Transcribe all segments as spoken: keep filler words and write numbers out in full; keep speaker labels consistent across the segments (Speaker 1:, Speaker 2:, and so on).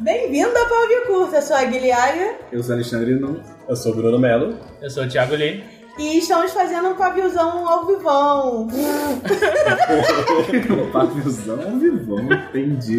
Speaker 1: Bem-vindo ao Pavio Curto, eu sou a Guilherme.
Speaker 2: Eu sou Alexandre Não.
Speaker 3: Eu sou o Bruno Melo.
Speaker 4: Eu sou o Thiago Lee.
Speaker 1: E estamos fazendo um paviozão ao vivão.
Speaker 2: Paviozão ao vivão, entendi.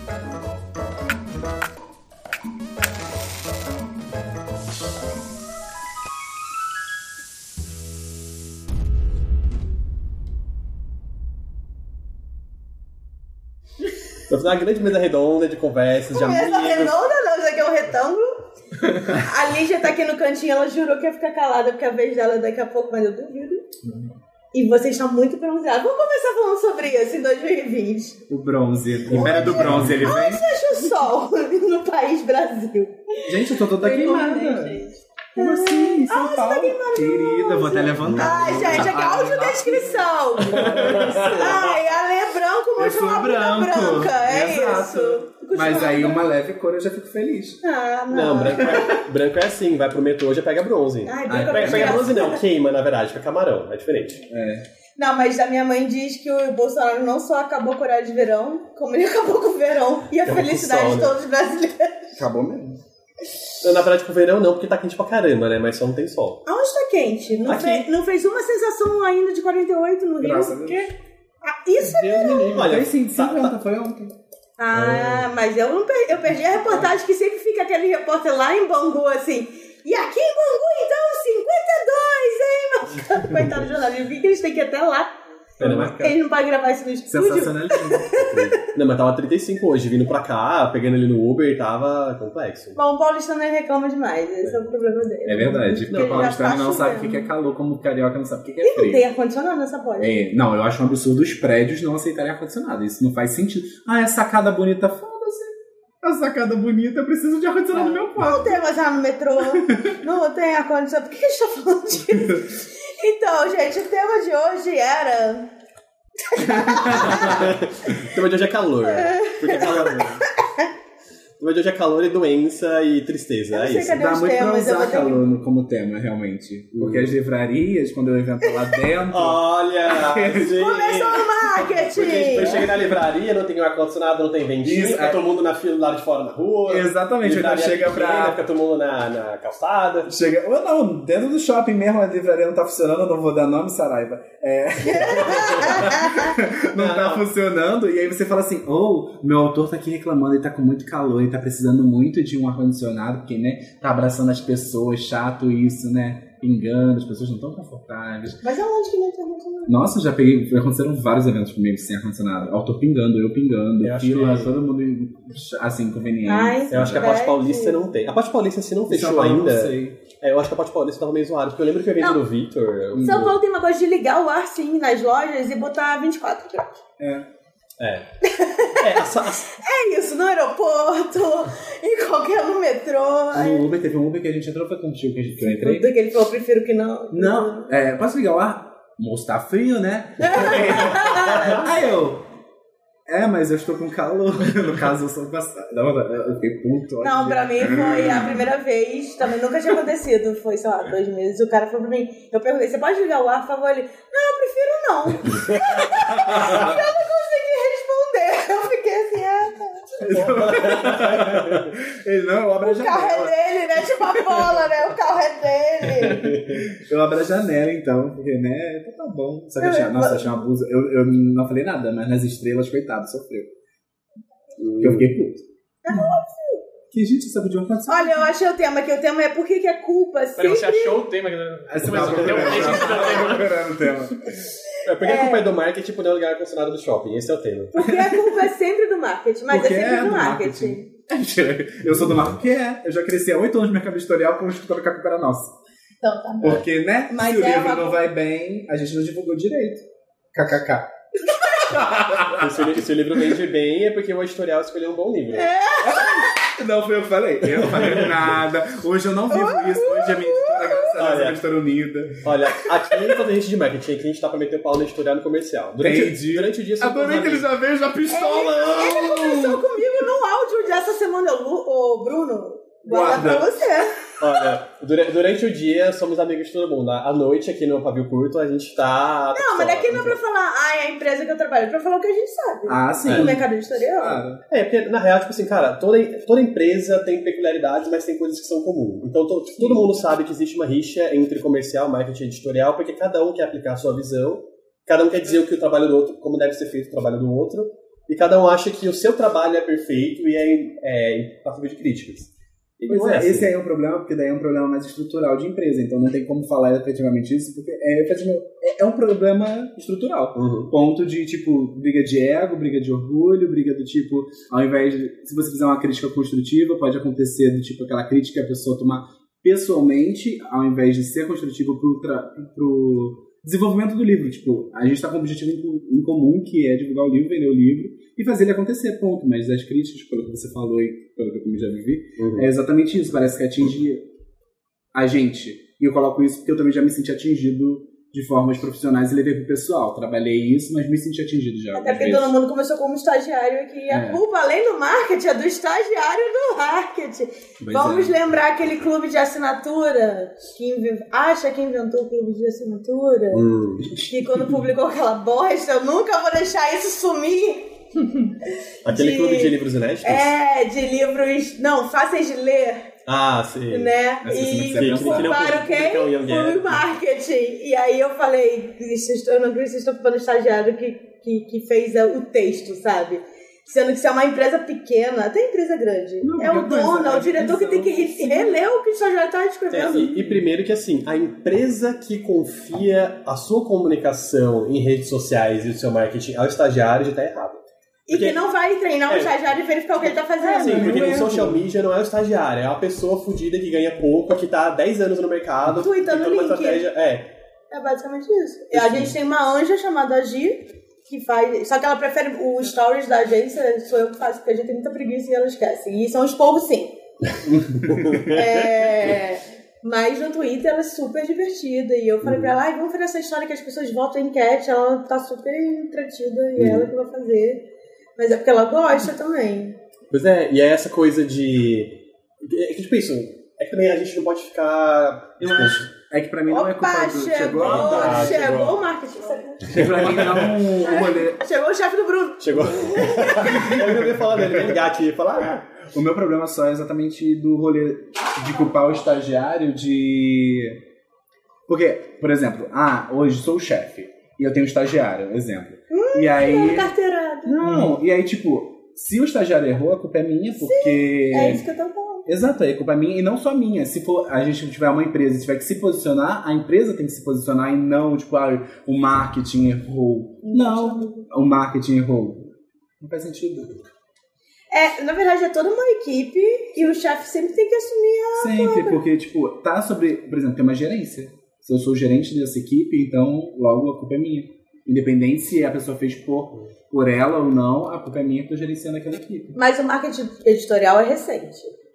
Speaker 3: Vou fazer uma grande mesa redonda de conversas, de amigos.
Speaker 1: Mesa redonda não, já que é um retângulo. A Lígia tá aqui no cantinho, ela jurou que ia ficar calada porque a vez dela é daqui a pouco, mas eu duvido. E vocês estão muito bronzeados. Vamos começar falando sobre isso em dois mil e vinte.
Speaker 2: O bronze, o Império do Bronze, ele vem.
Speaker 1: Onde você acha o sol no país Brasil?
Speaker 2: Gente, eu tô toda queimada. Como assim? São
Speaker 1: Ah,
Speaker 2: Paulo.
Speaker 1: você tá queimando.
Speaker 2: Querida, vou até levantar.
Speaker 1: Ai, gente, aqui é audiodescrição. Ai, ela é branco, mas
Speaker 2: Eu sou
Speaker 1: uma bunda
Speaker 2: branco.
Speaker 1: branca. É
Speaker 2: Exato.
Speaker 1: isso.
Speaker 2: Mas aí uma leve cor eu já fico feliz.
Speaker 1: Ah, não.
Speaker 3: Não, branco é, branco é assim, vai pro metrô, já pega bronze.
Speaker 1: Ai,
Speaker 2: Ai,
Speaker 1: branco é
Speaker 3: Pega, pega
Speaker 1: mais
Speaker 3: bronze não, queima na verdade, fica camarão, é diferente.
Speaker 2: É.
Speaker 1: Não, mas a minha mãe diz que o Bolsonaro não só acabou com o horário de verão, como ele acabou com o verão e a
Speaker 3: Acabou com o
Speaker 1: felicidade
Speaker 3: sol,
Speaker 1: de
Speaker 3: né?
Speaker 1: todos os brasileiros.
Speaker 2: Acabou mesmo.
Speaker 3: Não, na verdade com o verão não, porque tá quente pra caramba, né, mas só não tem sol.
Speaker 1: Aonde tá quente? Não,
Speaker 3: Aqui.
Speaker 1: fe- não fez uma sensação ainda de quarenta e oito no Rio?
Speaker 2: Graças a Deus.
Speaker 1: Quê? Ah, isso é...
Speaker 3: Deus me livre. Olha,
Speaker 2: Foi sim, de
Speaker 3: tá-
Speaker 2: cinquenta, foi ontem.
Speaker 1: Ah, mas eu, não per- eu perdi a reportagem que sempre fica aquele repórter lá em Bangu, assim. E aqui em Bangu, então, cinquenta e dois, hein? meu- Coitado do jornalista, por que eles têm que ir até lá?
Speaker 3: Pera, mas-
Speaker 1: Eles não podem gravar isso no estúdio?
Speaker 2: Sensacionalismo.
Speaker 3: Não, mas tava trinta e cinco hoje, vindo pra cá, pegando ele no Uber, tava complexo.
Speaker 1: Bom, o paulistano reclama demais, esse é o problema dele.
Speaker 2: É verdade.
Speaker 1: Porque
Speaker 2: Porque o paulistano
Speaker 1: já tá
Speaker 2: não sabe o
Speaker 1: chovendo.
Speaker 2: que é calor, como o carioca não sabe o que é
Speaker 1: E não
Speaker 2: frio.
Speaker 1: tem ar-condicionado nessa porta.
Speaker 2: É, não, eu acho um absurdo os prédios não aceitarem ar-condicionado. Isso não faz sentido. Ah, é sacada bonita. Foda-se. A sacada bonita, eu preciso de ar-condicionado no meu quarto.
Speaker 1: Não tem mais ar no metrô, não tem ar-condicionado. Por que a gente tá falando disso? Então, gente, o tema de hoje era...
Speaker 3: O tema de hoje é calor. Porque é calor. O tema de hoje é calor e doença e tristeza,
Speaker 1: Eu não
Speaker 3: é
Speaker 1: sei
Speaker 3: isso.
Speaker 1: cadê
Speaker 2: Dá
Speaker 1: os
Speaker 2: muito pra
Speaker 1: temas, eu vou
Speaker 2: usar
Speaker 1: ter que-
Speaker 2: calor no- como tema, realmente. Porque as livrarias, quando o evento tá lá dentro...
Speaker 3: Olha, gente.
Speaker 1: Começou o
Speaker 3: Porque tipo, eu
Speaker 1: marketing!
Speaker 3: cheguei na livraria, não tem ar-condicionado, não tem ventinho,
Speaker 2: Isso,
Speaker 3: fica
Speaker 2: é.
Speaker 3: todo mundo na fila do lado de fora na rua.
Speaker 2: Exatamente, então
Speaker 3: Livraria
Speaker 2: chega
Speaker 3: pequena,
Speaker 2: pra...
Speaker 3: Fica todo mundo na, na calçada.
Speaker 2: Chega... Ou não, dentro do shopping mesmo a livraria não tá funcionando, eu não vou dar nome, Saraiva. É... não tá
Speaker 3: Não.
Speaker 2: funcionando, e aí você fala assim, oh, meu autor tá aqui reclamando, ele tá com muito calor, ele tá precisando muito de um ar-condicionado, porque, né, tá abraçando as pessoas, chato isso, né, pingando, as pessoas não estão confortáveis.
Speaker 1: Mas aonde que não tem ar-condicionado?
Speaker 2: Nossa, já peguei, aconteceram vários eventos comigo sem ar-condicionado, autor pingando, eu pingando,
Speaker 3: Eu acho
Speaker 2: fila,
Speaker 3: que-
Speaker 2: todo mundo, assim, inconveniente.
Speaker 1: Ai,
Speaker 3: Eu acho que a Ponte Paulista não tem. A Ponte Paulista se não
Speaker 2: São
Speaker 3: fechou
Speaker 2: Paulo,
Speaker 3: ainda.
Speaker 2: Não sei.
Speaker 3: É, eu acho que a Ponte Paulista tava meio zoada. Porque eu lembro que o evento
Speaker 1: Não.
Speaker 3: do Victor. eu-
Speaker 1: São Paulo tem uma coisa de ligar o ar, sim, nas lojas e botar vinte e quatro graus.
Speaker 2: É.
Speaker 3: É. É, a, sa- a,
Speaker 1: É isso, no aeroporto, em qualquer no metrô. Ai,
Speaker 2: No Uber, teve um Uber que a gente entrou, foi contigo que a gente- que eu entrei?
Speaker 1: tudo que ele falou, prefiro que não.
Speaker 2: Não, é, posso ligar o ar? Moço, tá frio, né? Aí eu... É, mas eu estou com calor. No caso, eu sou passado. Não, eu fiquei puto.
Speaker 1: Não, pra mim foi a primeira vez, também nunca tinha acontecido, foi, sei lá, dois meses. O cara falou pra mim, eu perguntei, você pode ligar o ar, por favor? Ele, não, eu prefiro não. E eu não consegui responder. Eu fiquei assim, ah, tá.
Speaker 2: Ele não, eu abro a
Speaker 1: O carro é
Speaker 2: janela.
Speaker 1: dele, né? Tipo a bola, né? O carro é dele.
Speaker 2: Eu abro a janela, então, porque, né, então tá bom. Só que eu
Speaker 1: Eu-
Speaker 2: tinha, nossa, eu tinha uma blusa. Eu, eu não falei nada, mas nas estrelas, coitado, sofreu. Porque eu fiquei puto. Que gente sabe de um condicionado.
Speaker 1: Olha, eu achei o tema, que o tema é por que que a culpa
Speaker 4: Peraí,
Speaker 1: sempre...
Speaker 4: você achou o tema?
Speaker 2: Aí você
Speaker 4: Começou
Speaker 2: tava
Speaker 4: a ter um mês que você tá tendo.
Speaker 2: procurando o tema.
Speaker 3: é porque a culpa é do marketing, tipo, não ligar ar-condicionado do shopping. Esse é o tema.
Speaker 1: Porque a culpa é sempre do marketing, mas
Speaker 2: Porque
Speaker 1: é sempre
Speaker 2: é
Speaker 1: do
Speaker 2: do
Speaker 1: marketing.
Speaker 2: Eu sou do marketing, que é. Eu já cresci há oito anos no mercado editorial com o escritório Capivara Nossa.
Speaker 1: Então tá bom.
Speaker 2: Porque, né,
Speaker 1: Mas
Speaker 2: se o
Speaker 1: é
Speaker 2: livro
Speaker 1: uma-
Speaker 2: não vai bem, a gente não divulgou direito. K K K.
Speaker 3: E se, o li- se o livro vende bem, é porque o editorial escolheu um bom livro.
Speaker 2: Não foi eu que falei. Eu não falei nada. Hoje eu não vivo isso. Hoje a minha editora, graças a Deus, é
Speaker 3: Olha.
Speaker 2: uma editora unida.
Speaker 3: Olha, aqui não tem gente de marketing, aqui a gente tá pra meter o pau no editorial no comercial. Durante,
Speaker 2: Entendi.
Speaker 3: durante o dia... são
Speaker 2: Adorei
Speaker 3: todos
Speaker 2: que ele
Speaker 3: amigos.
Speaker 2: já veio, já pistola.
Speaker 1: Ele conversou comigo no áudio dessa semana. Eu, Lu, ô, Bruno, guarda
Speaker 2: Guarda.
Speaker 1: pra você.
Speaker 3: Olha, dura- durante o dia somos amigos de todo mundo. À noite, aqui no Pavio Curto, a gente tá...
Speaker 1: Não, mas daqui não é pra falar, ai, a empresa que eu trabalho, é pra falar o que a gente sabe.
Speaker 2: Ah, sim.
Speaker 1: No mercado editorial.
Speaker 2: Claro.
Speaker 3: É, porque na real, tipo assim, cara, toda, toda empresa tem peculiaridades, mas tem coisas que são comuns. Então to- todo mundo sabe que existe uma rixa entre comercial, marketing e editorial, porque cada um quer aplicar a sua visão, cada um quer dizer o que o trabalho do outro, como deve ser feito o trabalho do outro, e cada um acha que o seu trabalho é perfeito e é, é passível de críticas. E
Speaker 2: Pois
Speaker 3: não
Speaker 2: é,
Speaker 3: assim.
Speaker 2: esse aí é um problema, porque daí é um problema mais estrutural de empresa, então não tem como falar efetivamente isso, porque é, efetivamente, é, é um problema estrutural.
Speaker 3: Uhum.
Speaker 2: Ponto de, tipo, briga de ego, briga de orgulho, briga do tipo, ao invés de, se você fizer uma crítica construtiva, pode acontecer do tipo, aquela crítica a pessoa tomar pessoalmente, ao invés de ser construtiva pro, tra- pro desenvolvimento do livro. Tipo, a gente tá com um objetivo em, em comum, que é divulgar o livro, vender o livro, e fazer ele acontecer, ponto. Mas as críticas, pelo que você falou e pelo que eu também já vivi,
Speaker 3: Uhum.
Speaker 2: é exatamente isso. Parece que atinge a gente. E eu coloco isso porque eu também já me senti atingido de formas profissionais e levei pro pessoal. Trabalhei isso, mas me senti atingido já.
Speaker 1: Até
Speaker 2: às
Speaker 1: porque
Speaker 2: vezes.
Speaker 1: todo mundo começou como estagiário aqui. E a
Speaker 2: É.
Speaker 1: culpa, além do marketing, é do estagiário do marketing.
Speaker 2: Pois
Speaker 1: Vamos
Speaker 2: é.
Speaker 1: lembrar aquele clube de assinatura que inve- acha que inventou o clube de assinatura.
Speaker 3: Hum.
Speaker 1: Que quando publicou aquela bosta, eu nunca vou deixar isso sumir.
Speaker 3: Aquele
Speaker 1: De-
Speaker 3: clube de livros inéditos?
Speaker 1: É, de livros, não, fáceis de ler,
Speaker 3: Ah, sim.
Speaker 1: né?
Speaker 2: Essa
Speaker 1: E
Speaker 2: que você
Speaker 1: culparam quem?
Speaker 3: publicou o Young
Speaker 1: Foi
Speaker 3: Adult.
Speaker 1: o marketing. E aí eu falei, vocês estão- eu não acredito que vocês estão falando estagiário que, que, que fez o texto, sabe? Sendo que se é uma empresa pequena, até empresa grande,
Speaker 2: Não,
Speaker 1: é o
Speaker 2: porque
Speaker 1: dono,
Speaker 2: coisa,
Speaker 1: é o diretor que tem que re-
Speaker 2: sim.
Speaker 1: reler o que o estagiário está
Speaker 3: É,
Speaker 1: escrevendo.
Speaker 3: e, e primeiro que assim, a empresa que confia a sua comunicação em redes sociais e o seu marketing ao estagiário já tá errado.
Speaker 1: E que
Speaker 3: porque-
Speaker 1: não vai treinar o
Speaker 3: É.
Speaker 1: estagiário e verificar o que ele tá fazendo.
Speaker 3: Sim, porque
Speaker 2: não
Speaker 3: no
Speaker 2: é
Speaker 3: social
Speaker 2: ruim.
Speaker 3: media não é o estagiário, é uma pessoa fodida que ganha pouco, que tá há dez anos no mercado,
Speaker 1: Tweetando
Speaker 3: tentando uma
Speaker 1: link.
Speaker 3: estratégia. É.
Speaker 1: É basicamente isso. E a gente tem uma anja chamada Gi, que faz. Só que ela prefere o stories da agência, sou eu que faço, porque a gente tem muita preguiça e ela esquece. E são os povos, sim. é, mas no Twitter ela é super divertida. E eu falei pra ela, ai, vamos fazer essa história que as pessoas votam em enquete. Ela tá super entretida e é ela que vai fazer. Mas é porque ela gosta também.
Speaker 3: Pois é, e é essa coisa de. É que, tipo isso, é que também a gente não pode ficar.
Speaker 2: Eu acho. É que pra mim não é culpa
Speaker 1: Opa,
Speaker 2: do...
Speaker 1: chegou,
Speaker 3: Ah,
Speaker 1: chegou,
Speaker 3: chegou.
Speaker 1: o marketing.
Speaker 2: Pra mim não o rolê...
Speaker 1: Chegou o chefe do Bruno.
Speaker 3: Chegou. eu ia falar dele, ele ia ligar aqui e falar. Ah,
Speaker 2: O meu problema só é exatamente do rolê de culpar o estagiário de... Porque, por exemplo, ah, hoje sou o chefe e eu tenho um estagiário, exemplo. E aí...
Speaker 1: Carteirada.
Speaker 2: Não, e aí, tipo, se o estagiário errou, a culpa é minha, porque...
Speaker 1: É isso que eu tô falando.
Speaker 2: Exato, aí a culpa é minha e não só minha. Se for a gente tiver uma empresa e tiver que se posicionar, a empresa tem que se posicionar e não, tipo, ah, o marketing errou. Não, o marketing errou. Não faz sentido.
Speaker 1: É, na verdade, é toda uma equipe e o chefe sempre tem que assumir a...
Speaker 2: Sempre, porque, tipo, tá sobre... Por exemplo, tem uma gerência. Se eu sou o gerente dessa equipe, então logo a culpa é minha. Independente se a pessoa fez por, por ela ou não, a culpa é minha que eu tô gerenciando aquela equipe.
Speaker 1: Mas o marketing editorial é recente.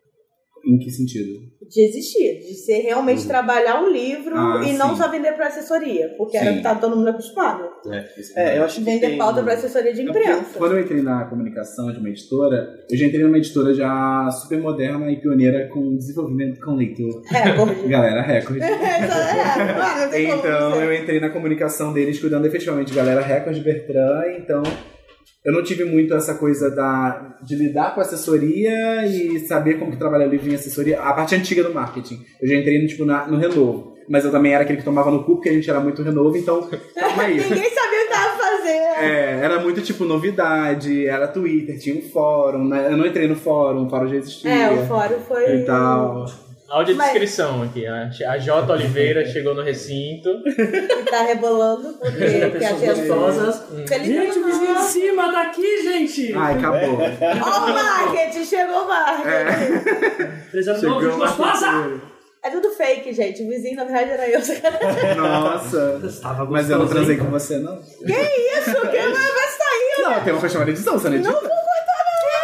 Speaker 2: Em que sentido?
Speaker 1: De existir, de ser realmente trabalhar um livro
Speaker 2: Ah,
Speaker 1: e não
Speaker 2: sim.
Speaker 1: só vender para assessoria, porque era o
Speaker 2: Sim.
Speaker 1: que tá todo mundo acostumado.
Speaker 3: É, eu acho que.
Speaker 1: Vender
Speaker 3: tem...
Speaker 1: pauta para assessoria de imprensa.
Speaker 2: Quando eu entrei na comunicação de uma editora, eu já entrei numa editora já super moderna e pioneira com desenvolvimento com leitor.
Speaker 1: Recorde.
Speaker 2: Galera, recorde.
Speaker 1: é, mano, não tem como
Speaker 2: Então
Speaker 1: não ser.
Speaker 2: eu entrei na comunicação deles cuidando efetivamente de galera recorde Bertrand, então eu não tive muito essa coisa da, de lidar com a assessoria e saber como que trabalha livro em assessoria, a parte antiga do marketing. Eu já entrei no, tipo, na, no renovo, mas eu também era aquele que tomava no cu porque a gente era muito renovo, então calma aí.
Speaker 1: Ninguém sabia o que tava fazendo.
Speaker 2: É, era muito tipo novidade, era Twitter, tinha um fórum, né? Eu não entrei no fórum, o fórum já existia.
Speaker 1: É, o fórum foi...
Speaker 2: E tal.
Speaker 4: Audiodescrição aqui. A a J. Oliveira chegou no recinto.
Speaker 1: que tá rebolando, porque, porque a
Speaker 5: Pessoas
Speaker 1: gente...
Speaker 5: gostosas.
Speaker 1: Felipe
Speaker 5: Gente, o vizinho de
Speaker 1: Manoel.
Speaker 5: cima tá aqui, gente!
Speaker 2: Ai, acabou.
Speaker 1: Ó o marketing, chegou o marketing.
Speaker 5: Precisamos de
Speaker 2: Chegou
Speaker 5: novo,
Speaker 2: uma
Speaker 5: gostosa!
Speaker 1: É tudo fake, gente. O vizinho, na verdade, era eu.
Speaker 2: Nossa.
Speaker 5: Estava
Speaker 2: Mas eu não
Speaker 5: gostoso,
Speaker 2: transei
Speaker 5: hein?
Speaker 2: com você, não?
Speaker 1: Que isso? Que vai sair?
Speaker 2: Não, tem uma chamada de edição, você não edita?
Speaker 1: Não vou cortar,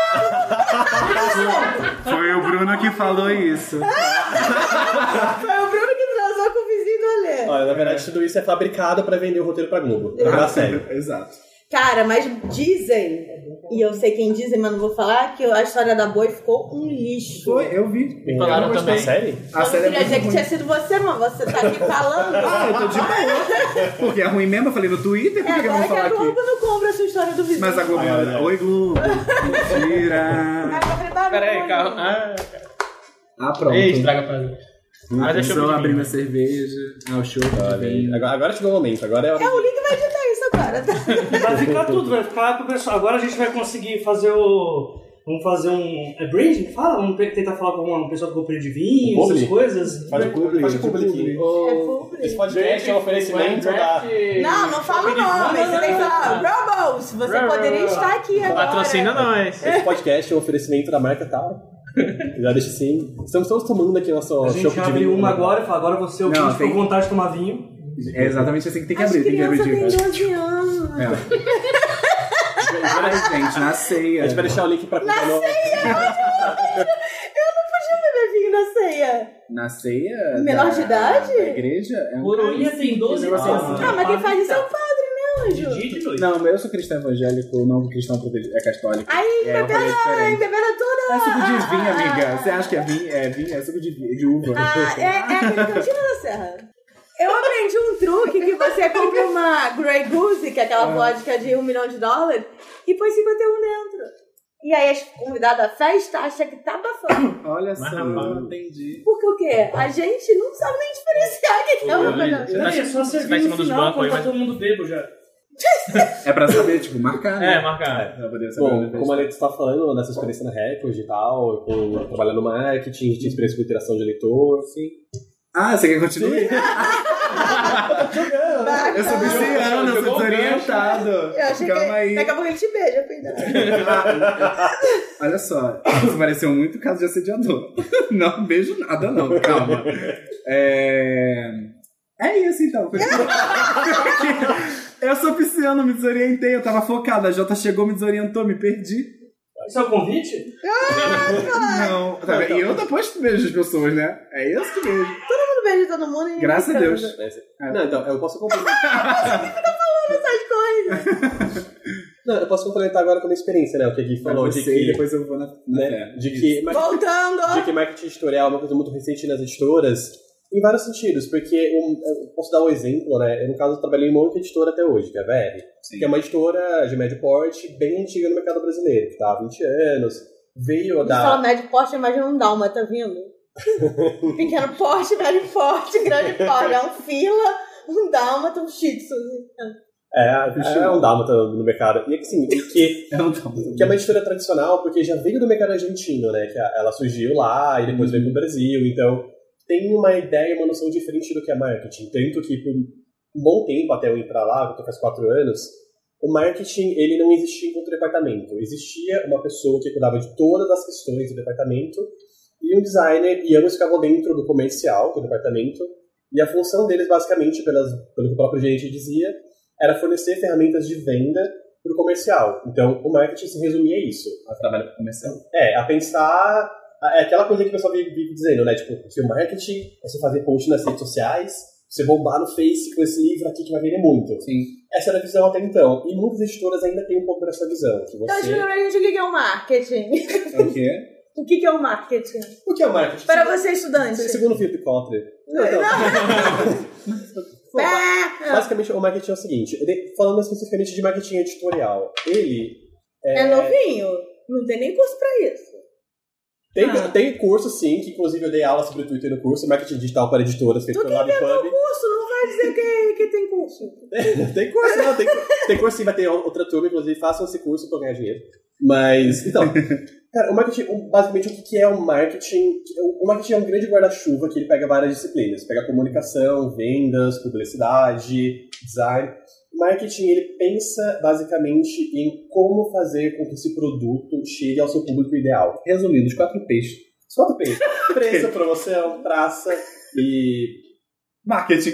Speaker 2: Foi o Bruno que falou isso.
Speaker 1: não. Foi o Bruno que transou com o vizinho do Alê.
Speaker 3: Olha, na verdade, tudo isso é fabricado pra vender o roteiro pra Globo. Pra série.
Speaker 2: Exato.
Speaker 1: Cara, mas dizem E eu sei quem dizem, mas não vou falar, que a história da boi ficou um lixo.
Speaker 2: Foi, eu vi.
Speaker 4: Me falaram também.
Speaker 3: Sério?
Speaker 2: A
Speaker 1: Eu
Speaker 2: série
Speaker 1: não
Speaker 2: é
Speaker 1: queria dizer
Speaker 2: muito
Speaker 1: que
Speaker 2: ruim.
Speaker 1: tinha sido você, mas você tá aqui falando.
Speaker 2: Ah, eu tô de boa. Porque é ruim mesmo, eu falei no Twitter, por
Speaker 1: É,
Speaker 2: que, que eu vou
Speaker 1: agora que
Speaker 2: falar
Speaker 1: a Globo
Speaker 2: aqui?
Speaker 1: não compra essa história do vizinho.
Speaker 2: Mas a Globo.
Speaker 3: Ah, é.
Speaker 2: Oi, Globo. Mentira.
Speaker 1: Ah, pra fazer barulho.
Speaker 4: Peraí, carro. Ah,
Speaker 2: Ah, pronto.
Speaker 4: ei, estraga pra mim. Mas é
Speaker 2: Estou
Speaker 4: chopp de
Speaker 2: abrindo
Speaker 4: vinho.
Speaker 2: a cerveja. Ah, o show de
Speaker 3: Olha aí.
Speaker 2: vinho.
Speaker 3: Agora, agora chegou o momento, agora é a hora.
Speaker 1: É o Link vai editar isso agora, tá?
Speaker 5: Vai ficar tudo, vai ficar pro pessoal. Agora a gente vai conseguir fazer o. Vamos fazer um. É branding? Fala? Vamos pe- tentar falar com uma pessoa que compra de vinho,
Speaker 3: Publi.
Speaker 5: essas coisas.
Speaker 3: Faz o publi, faz o publi aqui.
Speaker 1: É público.
Speaker 3: Esse podcast é um oferecimento da...
Speaker 1: Não, não fala o nome. Você tem que falar, Robles, você
Speaker 4: Robles.
Speaker 1: poderia estar aqui agora.
Speaker 4: Patrocina nós.
Speaker 3: Esse podcast é um oferecimento da marca tal. Já deixa assim. Estamos todos tomando aqui nosso
Speaker 5: A gente
Speaker 3: chopp de
Speaker 5: abre
Speaker 3: vinho.
Speaker 5: uma agora e fala, agora você é o
Speaker 2: Não,
Speaker 5: que
Speaker 2: tem-
Speaker 5: ficou com vontade de tomar vinho.
Speaker 2: É exatamente assim que tem que
Speaker 1: As
Speaker 2: abrir. Tem que abrir
Speaker 1: crianças têm
Speaker 2: de
Speaker 1: doze anos.
Speaker 2: É. Ai, gente, na ceia.
Speaker 3: A gente vai deixar o link pra comprar no...
Speaker 1: Eu não podia beber vinho na ceia.
Speaker 2: Na ceia.
Speaker 1: Menor
Speaker 2: da-
Speaker 1: de idade?
Speaker 2: Da igreja? É um
Speaker 5: Coroinha
Speaker 2: cálice.
Speaker 5: tem doze
Speaker 2: Um negócio
Speaker 5: anos.
Speaker 2: assim.
Speaker 1: Ah, mas quem faz isso é o padre, né, anjo?
Speaker 5: Didi de noite.
Speaker 2: Não, mas eu sou cristão evangélico, não cristão prote- é católico.
Speaker 1: Aí,
Speaker 2: É, eu falei
Speaker 1: bebendo, ai,
Speaker 2: diferente.
Speaker 1: bebendo toda.
Speaker 2: É suco de vinho,
Speaker 1: ah,
Speaker 2: amiga.
Speaker 1: ah,
Speaker 2: Você acha que é vinho? É vinho, é suco de, vi- de uva.
Speaker 1: Ah, é, é aquele cantinho da serra. Eu aprendi um truque que você compra uma Grey Goose, que é aquela vodka de um milhão de dólares, e põe cinquenta e um dentro. E aí as convidadas da festa acham que tá abafando.
Speaker 2: Olha
Speaker 4: Mas,
Speaker 2: só,
Speaker 4: rapaz,
Speaker 2: não entendi.
Speaker 1: Porque o quê? A gente não sabe nem diferenciar o que que é uma
Speaker 4: Ô,
Speaker 1: coisa.
Speaker 4: Você
Speaker 5: Não,
Speaker 4: tá-
Speaker 5: é só
Speaker 4: você
Speaker 5: servir
Speaker 4: vai em cima
Speaker 5: no
Speaker 4: dos
Speaker 5: final
Speaker 4: bancos aí,
Speaker 5: quando tá
Speaker 4: mas...
Speaker 5: todo mundo bebo já.
Speaker 2: É pra saber, tipo, marcar, né?
Speaker 4: É, marcar.
Speaker 2: Pra poder saber
Speaker 3: Bom,
Speaker 2: onde
Speaker 3: como a Leite está falando dessa experiência na Record e tal, com, trabalhando no marketing, tinha experiência com interação de leitor, assim.
Speaker 2: Ah, você quer continuar?
Speaker 1: Vai,
Speaker 2: Eu sou
Speaker 1: vai.
Speaker 2: viciano, eu sou
Speaker 4: Jogou o
Speaker 2: desorientado.
Speaker 1: Eu achei
Speaker 2: Calma
Speaker 1: que
Speaker 2: aí.
Speaker 1: daqui a pouco ele te beija, cuidado.
Speaker 2: Olha só, isso pareceu muito caso de assediador. Não beijo nada, não, calma. É, é isso então. Eu sou pisciano, me desorientei, eu tava focada. A Jota chegou, me desorientou, me perdi.
Speaker 5: Isso é o convite?
Speaker 2: Não, tá vendo? E eu depois beijo as pessoas, né? É isso que beijo.
Speaker 1: Todo mundo beija todo mundo e
Speaker 2: Graças a Deus.
Speaker 3: Não, então, eu posso complementar.
Speaker 1: essas coisas.
Speaker 3: Não, eu posso complementar agora com a minha experiência, né? O que a Gui falou de
Speaker 2: Você, e
Speaker 3: que,
Speaker 2: depois eu vou na, na
Speaker 3: né,
Speaker 2: fé.
Speaker 3: de que
Speaker 1: Voltando.
Speaker 3: de que marketing editorial é uma coisa muito recente nas editoras, em vários sentidos, porque um, eu posso dar um exemplo, né? Eu, no caso, trabalhei em uma única editora até hoje, que é a V R,
Speaker 2: Sim.
Speaker 3: que é uma editora de médio porte bem antiga no mercado brasileiro, que está há vinte anos, veio
Speaker 1: Você fala
Speaker 3: da...
Speaker 1: médio porte, imagina um dálmata vindo. Pequeno porte, médio porte, grande porte. É um fila, um dálmata, um shih tzu.
Speaker 3: É, é um dálmata no mercado. E assim, e que,
Speaker 2: Eu não tô.
Speaker 3: que é uma editora tradicional, porque já veio do mercado argentino, né? Que ela surgiu lá e depois veio pro Brasil, então tem uma ideia, uma noção diferente do que é marketing. Tanto que por um bom tempo, até eu entrar lá, que eu tô faz quatro anos, o marketing, ele não existia enquanto departamento. Existia uma pessoa que cuidava de todas as questões do departamento e um designer, e ambos ficavam dentro do comercial, do departamento, e a função deles, basicamente, pelas, pelo que o próprio gerente dizia, era fornecer ferramentas de venda para o comercial. Então, o marketing se resumia a isso.
Speaker 2: A trabalho com comercial.
Speaker 3: É, a pensar... É aquela coisa que o pessoal vive, vive dizendo, né? Tipo, que o marketing é você fazer post nas redes sociais, você bombar no Face com esse livro aqui que vai vender muito.
Speaker 2: Sim.
Speaker 3: Essa era a visão até então. E muitas editoras ainda têm um pouco dessa visão. Que
Speaker 1: Então,
Speaker 3: você...
Speaker 1: explica pra gente o que é o marketing.
Speaker 2: É o quê?
Speaker 1: O que é o marketing?
Speaker 3: O que é o marketing?
Speaker 1: Para você, estudante.
Speaker 3: Segundo o Philip Kotler. Não, não. Bom,
Speaker 1: É,
Speaker 3: basicamente, o marketing é o seguinte. Ele, falando especificamente de marketing editorial, ele...
Speaker 1: é novinho. Não tem nem curso pra isso.
Speaker 3: Tem,
Speaker 1: Ah.
Speaker 3: tem curso, sim, que inclusive eu dei aula sobre o Twitter no curso, marketing digital para editoras, feito
Speaker 1: Tu
Speaker 3: pelo
Speaker 1: que inventou
Speaker 3: LabPub.
Speaker 1: curso, não vai dizer que, que tem curso.
Speaker 3: Tem curso, não, tem, tem curso sim, vai ter outra turma, inclusive façam esse curso para ganhar dinheiro. Mas, então, cara, o marketing, o- basicamente o que que é o marketing? O marketing é um grande guarda-chuva que ele pega várias disciplinas, pega comunicação, vendas, publicidade, design. O marketing, ele pensa basicamente em como fazer com que esse produto chegue ao seu público ideal.
Speaker 2: Resumindo, os quatro P's.
Speaker 3: Só do peixe. Preço, promoção, praça e...
Speaker 2: Marketing.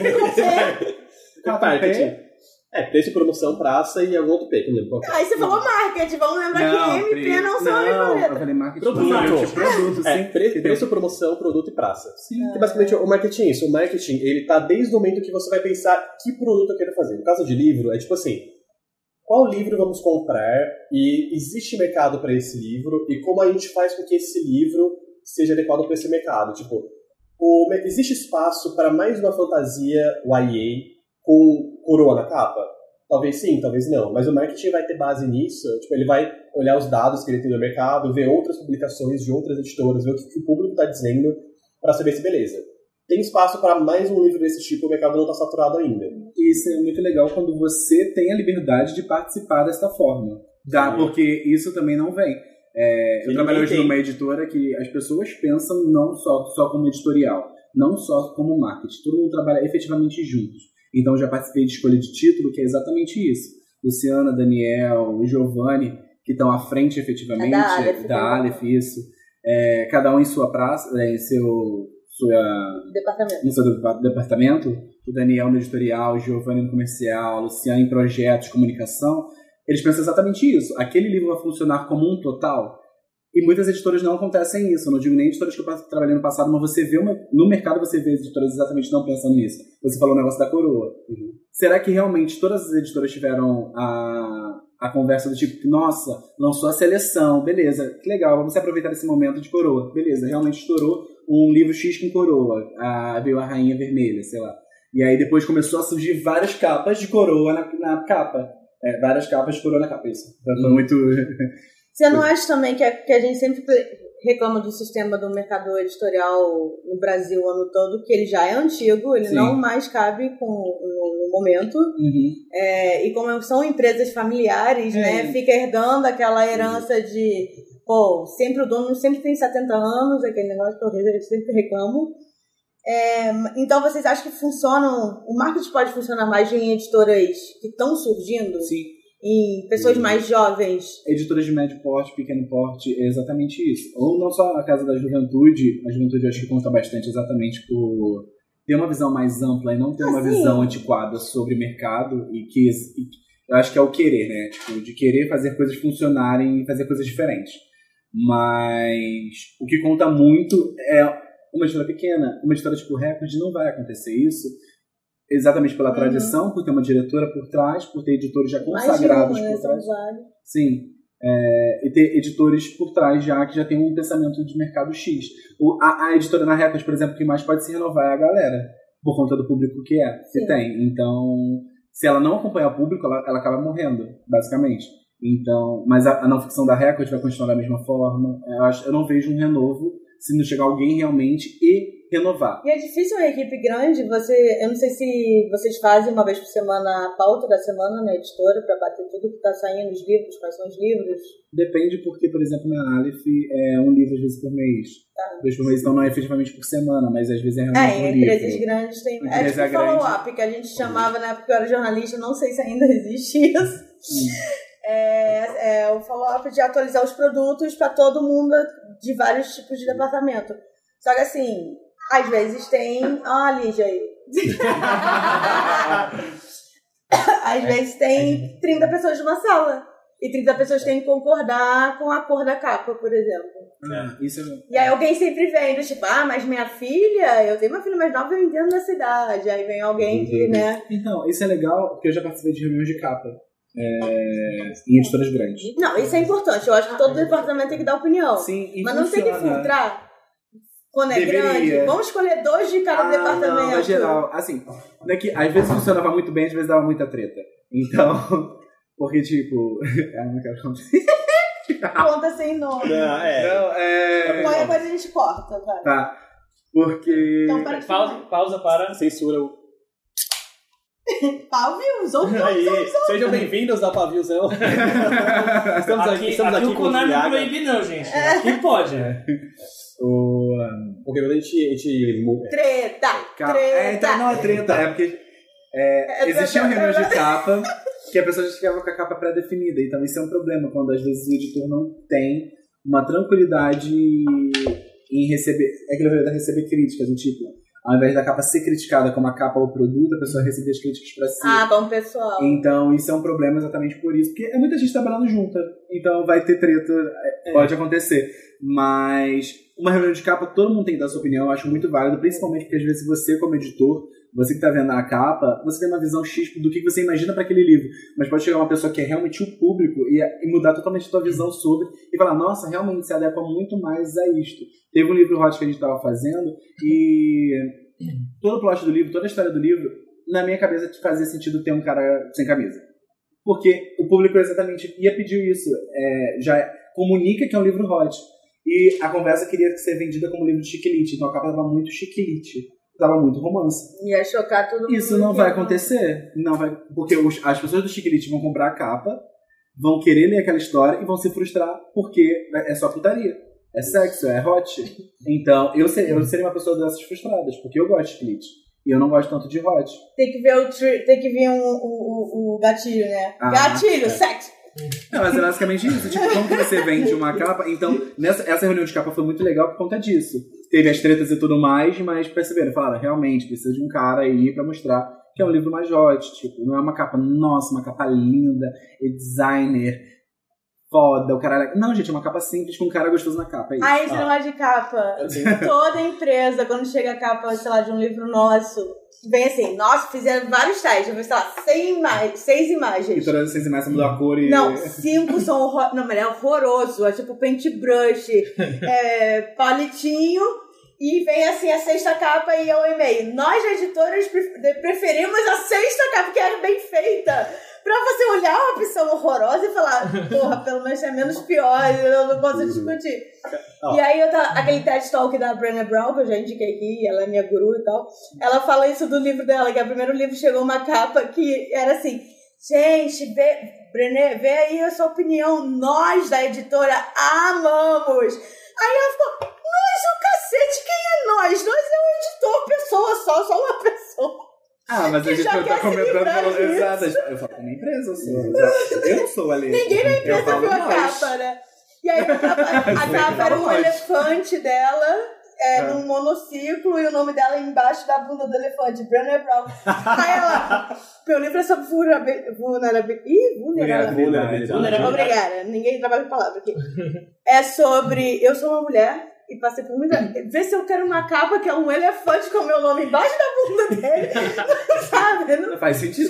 Speaker 3: Quatro marketing. É, preço, promoção, praça e algum outro P, que eu não lembro qual que é.
Speaker 1: Aí você falou marketing, vamos lembrar que M P não são as
Speaker 2: Não, eu
Speaker 1: letras.
Speaker 2: falei marketing.
Speaker 3: Produto.
Speaker 2: Marketing, produto, sim.
Speaker 3: É, pre-
Speaker 2: Entendeu?
Speaker 3: preço, promoção, produto e praça.
Speaker 2: Sim.
Speaker 3: Que basicamente o marketing é isso. O marketing, ele tá desde o momento que você vai pensar que produto eu quero fazer. No caso de livro, é tipo assim, qual livro vamos comprar e existe mercado para esse livro e como a gente faz com que esse livro seja adequado para esse mercado. Tipo, o, existe espaço para mais uma fantasia Y A com coroa na capa? Talvez sim, talvez não. Mas o marketing vai ter base nisso. Tipo, ele vai olhar os dados que ele tem no mercado, ver outras publicações de outras editoras, ver o que o público está dizendo para saber se beleza. Tem espaço para mais um livro desse tipo, o mercado não está saturado ainda.
Speaker 2: Isso é muito legal quando você tem a liberdade de participar desta forma. Tá? Porque isso também não vem. É, eu trabalho hoje numa editora que as pessoas pensam não só, só como editorial, não só como marketing. Todo mundo trabalha efetivamente juntos. Então eu já participei de escolha de título, que é exatamente isso. Luciana, Daniel, Giovanni, que estão à frente efetivamente,
Speaker 1: é da Aleph,
Speaker 2: da Aleph, isso. É, cada um em sua praça, em seu, sua,
Speaker 1: departamento.
Speaker 2: no seu departamento. O Daniel no editorial, o Giovanni no comercial, a Luciana em projetos, comunicação. Eles pensam exatamente isso. Aquele livro vai funcionar como um total. E muitas editoras não acontecem isso. Eu não digo nem editoras que eu trabalhei no passado, mas você vê uma, no mercado você vê editoras exatamente não pensando nisso. Você falou o negócio da coroa. Uhum. Será que realmente todas as editoras tiveram a, a conversa do tipo, nossa, lançou a seleção, beleza, que legal, vamos aproveitar esse momento de coroa. Beleza, realmente estourou um livro X com coroa. A, veio a Rainha Vermelha, sei lá. E aí depois começou a surgir várias capas de coroa na, na capa. É, várias capas de coroa na capa. Isso foi uhum. muito...
Speaker 1: Você não acha também que a, que a gente sempre reclama do sistema do mercado editorial no Brasil o ano todo, que ele já é antigo, ele Sim. não mais cabe com, no, no momento.
Speaker 2: Uhum.
Speaker 1: É, e como são empresas familiares, é. né, fica herdando aquela herança de, pô, sempre o dono sempre tem setenta anos, aquele negócio que eu sempre reclamo. É, então vocês acham que funcionam, o marketing pode funcionar mais em editoras que estão surgindo?
Speaker 2: Sim.
Speaker 1: Em pessoas mais jovens.
Speaker 2: Editoras de médio porte, pequeno porte, é exatamente isso. Ou não só a Casa da Juventude, a Juventude eu acho que conta bastante exatamente por ter uma visão mais ampla e não ter ah, uma sim. visão antiquada sobre mercado e que e, eu acho que é o querer, né? Tipo, de querer fazer coisas funcionarem e fazer coisas diferentes. Mas o que conta muito é uma editora pequena, uma editora tipo Record não vai acontecer isso. Exatamente pela tradição, uhum. por ter uma diretora por trás, por ter editores já consagrados
Speaker 1: Imagina,
Speaker 2: por trás.
Speaker 1: Vale.
Speaker 2: Sim. É, e ter editores por trás já que já tem um pensamento de mercado X. O, a, a editora na Record, por exemplo, que mais pode se renovar é a galera, por conta do público que é, que Sim. tem. Então, se ela não acompanhar o público, ela, ela acaba morrendo, basicamente. Então, mas a, a não ficção da Record vai continuar da mesma forma. Eu, acho, eu não vejo um renovo se não chegar alguém realmente e renovar.
Speaker 1: E é difícil uma equipe grande, você, eu não sei se vocês fazem uma vez por semana a pauta da semana na editora para bater tudo que está saindo, os livros, quais são os livros?
Speaker 2: Depende porque, por exemplo, na Aleph é um livro às vezes por mês. Tá. Dois por mês, então não é efetivamente por semana, mas às vezes é realmente
Speaker 1: é,
Speaker 2: um
Speaker 1: livro. É, em empresas
Speaker 2: livro.
Speaker 1: grandes tem... É tipo o follow-up, que a gente chamava na época que eu era jornalista, não sei se ainda existe isso. Hum. É, é o follow-up de atualizar os produtos para todo mundo de vários tipos de departamento. Só que assim, às vezes tem... Ah, Lígia aí. Às vezes tem trinta pessoas numa sala. E trinta pessoas têm que concordar com a cor da capa, por exemplo.
Speaker 2: É, isso é...
Speaker 1: E aí alguém sempre vem do tipo, ah, mas minha filha, eu tenho uma filha mais nova, eu entendo dessa idade. Aí vem alguém que, né...
Speaker 2: Então, isso é legal, porque eu já participei de reuniões de capa. É, em editoras grandes.
Speaker 1: Não, isso é importante. Eu acho que todo departamento tem que dar opinião.
Speaker 2: Sim,
Speaker 1: mas não tem que filtrar quando é Deveria. grande. Vamos escolher dois de cada
Speaker 2: ah,
Speaker 1: departamento.
Speaker 2: Não, no geral, assim, daqui, às vezes funcionava muito bem, às vezes dava muita treta. Então, porque tipo. Ah, não quero contar.
Speaker 1: Conta sem nome.
Speaker 3: Não, é.
Speaker 2: Não, é...
Speaker 1: Qualquer coisa a gente corta, vai.
Speaker 2: Tá. Porque.
Speaker 4: Então, para pausa, pausa para.
Speaker 3: Censura o.
Speaker 1: Paviozão,
Speaker 3: Aí, sejam bem-vindos ao Paviozão. Estamos aqui,
Speaker 5: aqui,
Speaker 3: estamos
Speaker 5: aqui,
Speaker 3: aqui
Speaker 5: o
Speaker 3: com o
Speaker 5: Konami não
Speaker 3: Viaga.
Speaker 5: proíbe não, gente. Aqui pode. É.
Speaker 2: O, um...
Speaker 3: Porque quando a gente... A gente...
Speaker 1: Treta,
Speaker 2: Calma.
Speaker 1: treta.
Speaker 2: É, então não é treta, é porque é,
Speaker 1: É
Speaker 2: existiam
Speaker 1: treta.
Speaker 2: reuniões de capa que a pessoa já ficava com a capa pré-definida. Então isso é um problema, quando às vezes o editor não tem uma tranquilidade em receber... É aquilo que eu receber críticas, do tipo... Ao invés da capa ser criticada como a capa ou o produto, a pessoa receber as críticas para si.
Speaker 1: Ah, bom, pessoal.
Speaker 2: Então, isso é um problema exatamente por isso. Porque é muita gente trabalhando junta. Então, vai ter treta. É. Pode acontecer. Mas, uma reunião de capa, todo mundo tem que dar sua opinião. Eu acho muito válido. Principalmente porque, às vezes, você, como editor, Você que tá vendo a capa, você tem uma visão X do que você imagina para aquele livro. Mas pode chegar uma pessoa que é realmente o público e, e mudar totalmente a tua visão sobre e falar, nossa, realmente se adequa muito mais a isto. Teve um livro hot que a gente tava fazendo e todo o plot do livro, toda a história do livro, na minha cabeça fazia sentido ter um cara sem camisa. Porque o público exatamente ia pedir isso. É, já comunica que é um livro hot. E a conversa queria ser vendida como livro de chiquilite. Então a capa tava muito chiquilite. Tava muito romance.
Speaker 1: Ia chocar todo mundo.
Speaker 2: Isso não vai acontecer. Não vai, porque os, as pessoas do chiquilite vão comprar a capa, vão querer ler aquela história e vão se frustrar porque é só putaria. É sexo, é hot. Então, eu seria, eu seria uma pessoa dessas frustradas, porque eu gosto de chiquilite. E eu não gosto tanto de hot.
Speaker 1: Tem que ver o, tri- tem que ver um, o, o, o gatilho, né?
Speaker 2: Ah,
Speaker 1: gatilho,
Speaker 2: é.
Speaker 1: sexo.
Speaker 2: Não, mas é basicamente isso. Tipo, como que você vende uma capa? Então, nessa, essa reunião de capa foi muito legal por conta disso. Teve as tretas e tudo mais, mas perceberam, falaram, realmente, precisa de um cara aí pra mostrar que é um livro mais hot. Tipo, não é uma capa, nossa, uma capa linda, e designer, foda, o cara... Não, gente, é uma capa simples com um cara gostoso na capa. É isso.
Speaker 1: Aí, esse negócio de capa. Toda empresa, quando chega a capa, sei lá, de um livro nosso, vem assim, nossa, fizeram vários testes, sei lá, seis, ima- seis imagens.
Speaker 2: E todas essas imagens mudou a cor e...
Speaker 1: Não, cinco são horror... Não, mas é horroroso. É tipo paintbrush, é, palitinho, e vem assim a sexta capa e é o e-mail. Nós, editoras, pre- preferimos a sexta capa, que é bem feita. Pra você olhar uma opção horrorosa e falar, porra, pelo menos é menos pior, eu não posso discutir.
Speaker 3: Oh.
Speaker 1: E aí, eu tava, aquele TED Talk da Brené Brown, que eu já indiquei aqui, ela é minha guru e tal, ela fala isso do livro dela, que o primeiro livro chegou uma capa que era assim, gente, vê, Brené, vê aí a sua opinião, nós da editora amamos. Aí ela ficou, nós o cacete, quem é nós? Nós é um editor, pessoa só, só uma pessoa.
Speaker 2: Ah, mas
Speaker 1: que
Speaker 2: a gente
Speaker 1: já
Speaker 2: não tá
Speaker 1: quer se
Speaker 2: comentando...
Speaker 1: livrar
Speaker 2: Falando,
Speaker 1: disso.
Speaker 2: exato, eu falo como empresa, eu sou. Eu não sou ali.
Speaker 1: Ninguém na
Speaker 2: Eu
Speaker 1: empresa
Speaker 2: falo
Speaker 1: viu a
Speaker 2: nós.
Speaker 1: capa, né? E aí a capa, a capa era um
Speaker 2: nós.
Speaker 1: elefante dela, é,
Speaker 2: Ah.
Speaker 1: num monociclo, e o nome dela embaixo da bunda do elefante, Brené Brown. Aí ela, meu livro é sobre vulnerabilidade. Vulnerabilidade. Ih, vulnerabilidade.
Speaker 2: Vulnerabilidade.
Speaker 5: Vulnerabilidade.
Speaker 1: Obrigada, ninguém trabalha com palavra aqui. É sobre, eu sou uma mulher e passei por muita... Vê se eu quero uma capa que é um elefante com o meu nome embaixo da bunda dele. Sabe? Não
Speaker 2: Não faz sentido.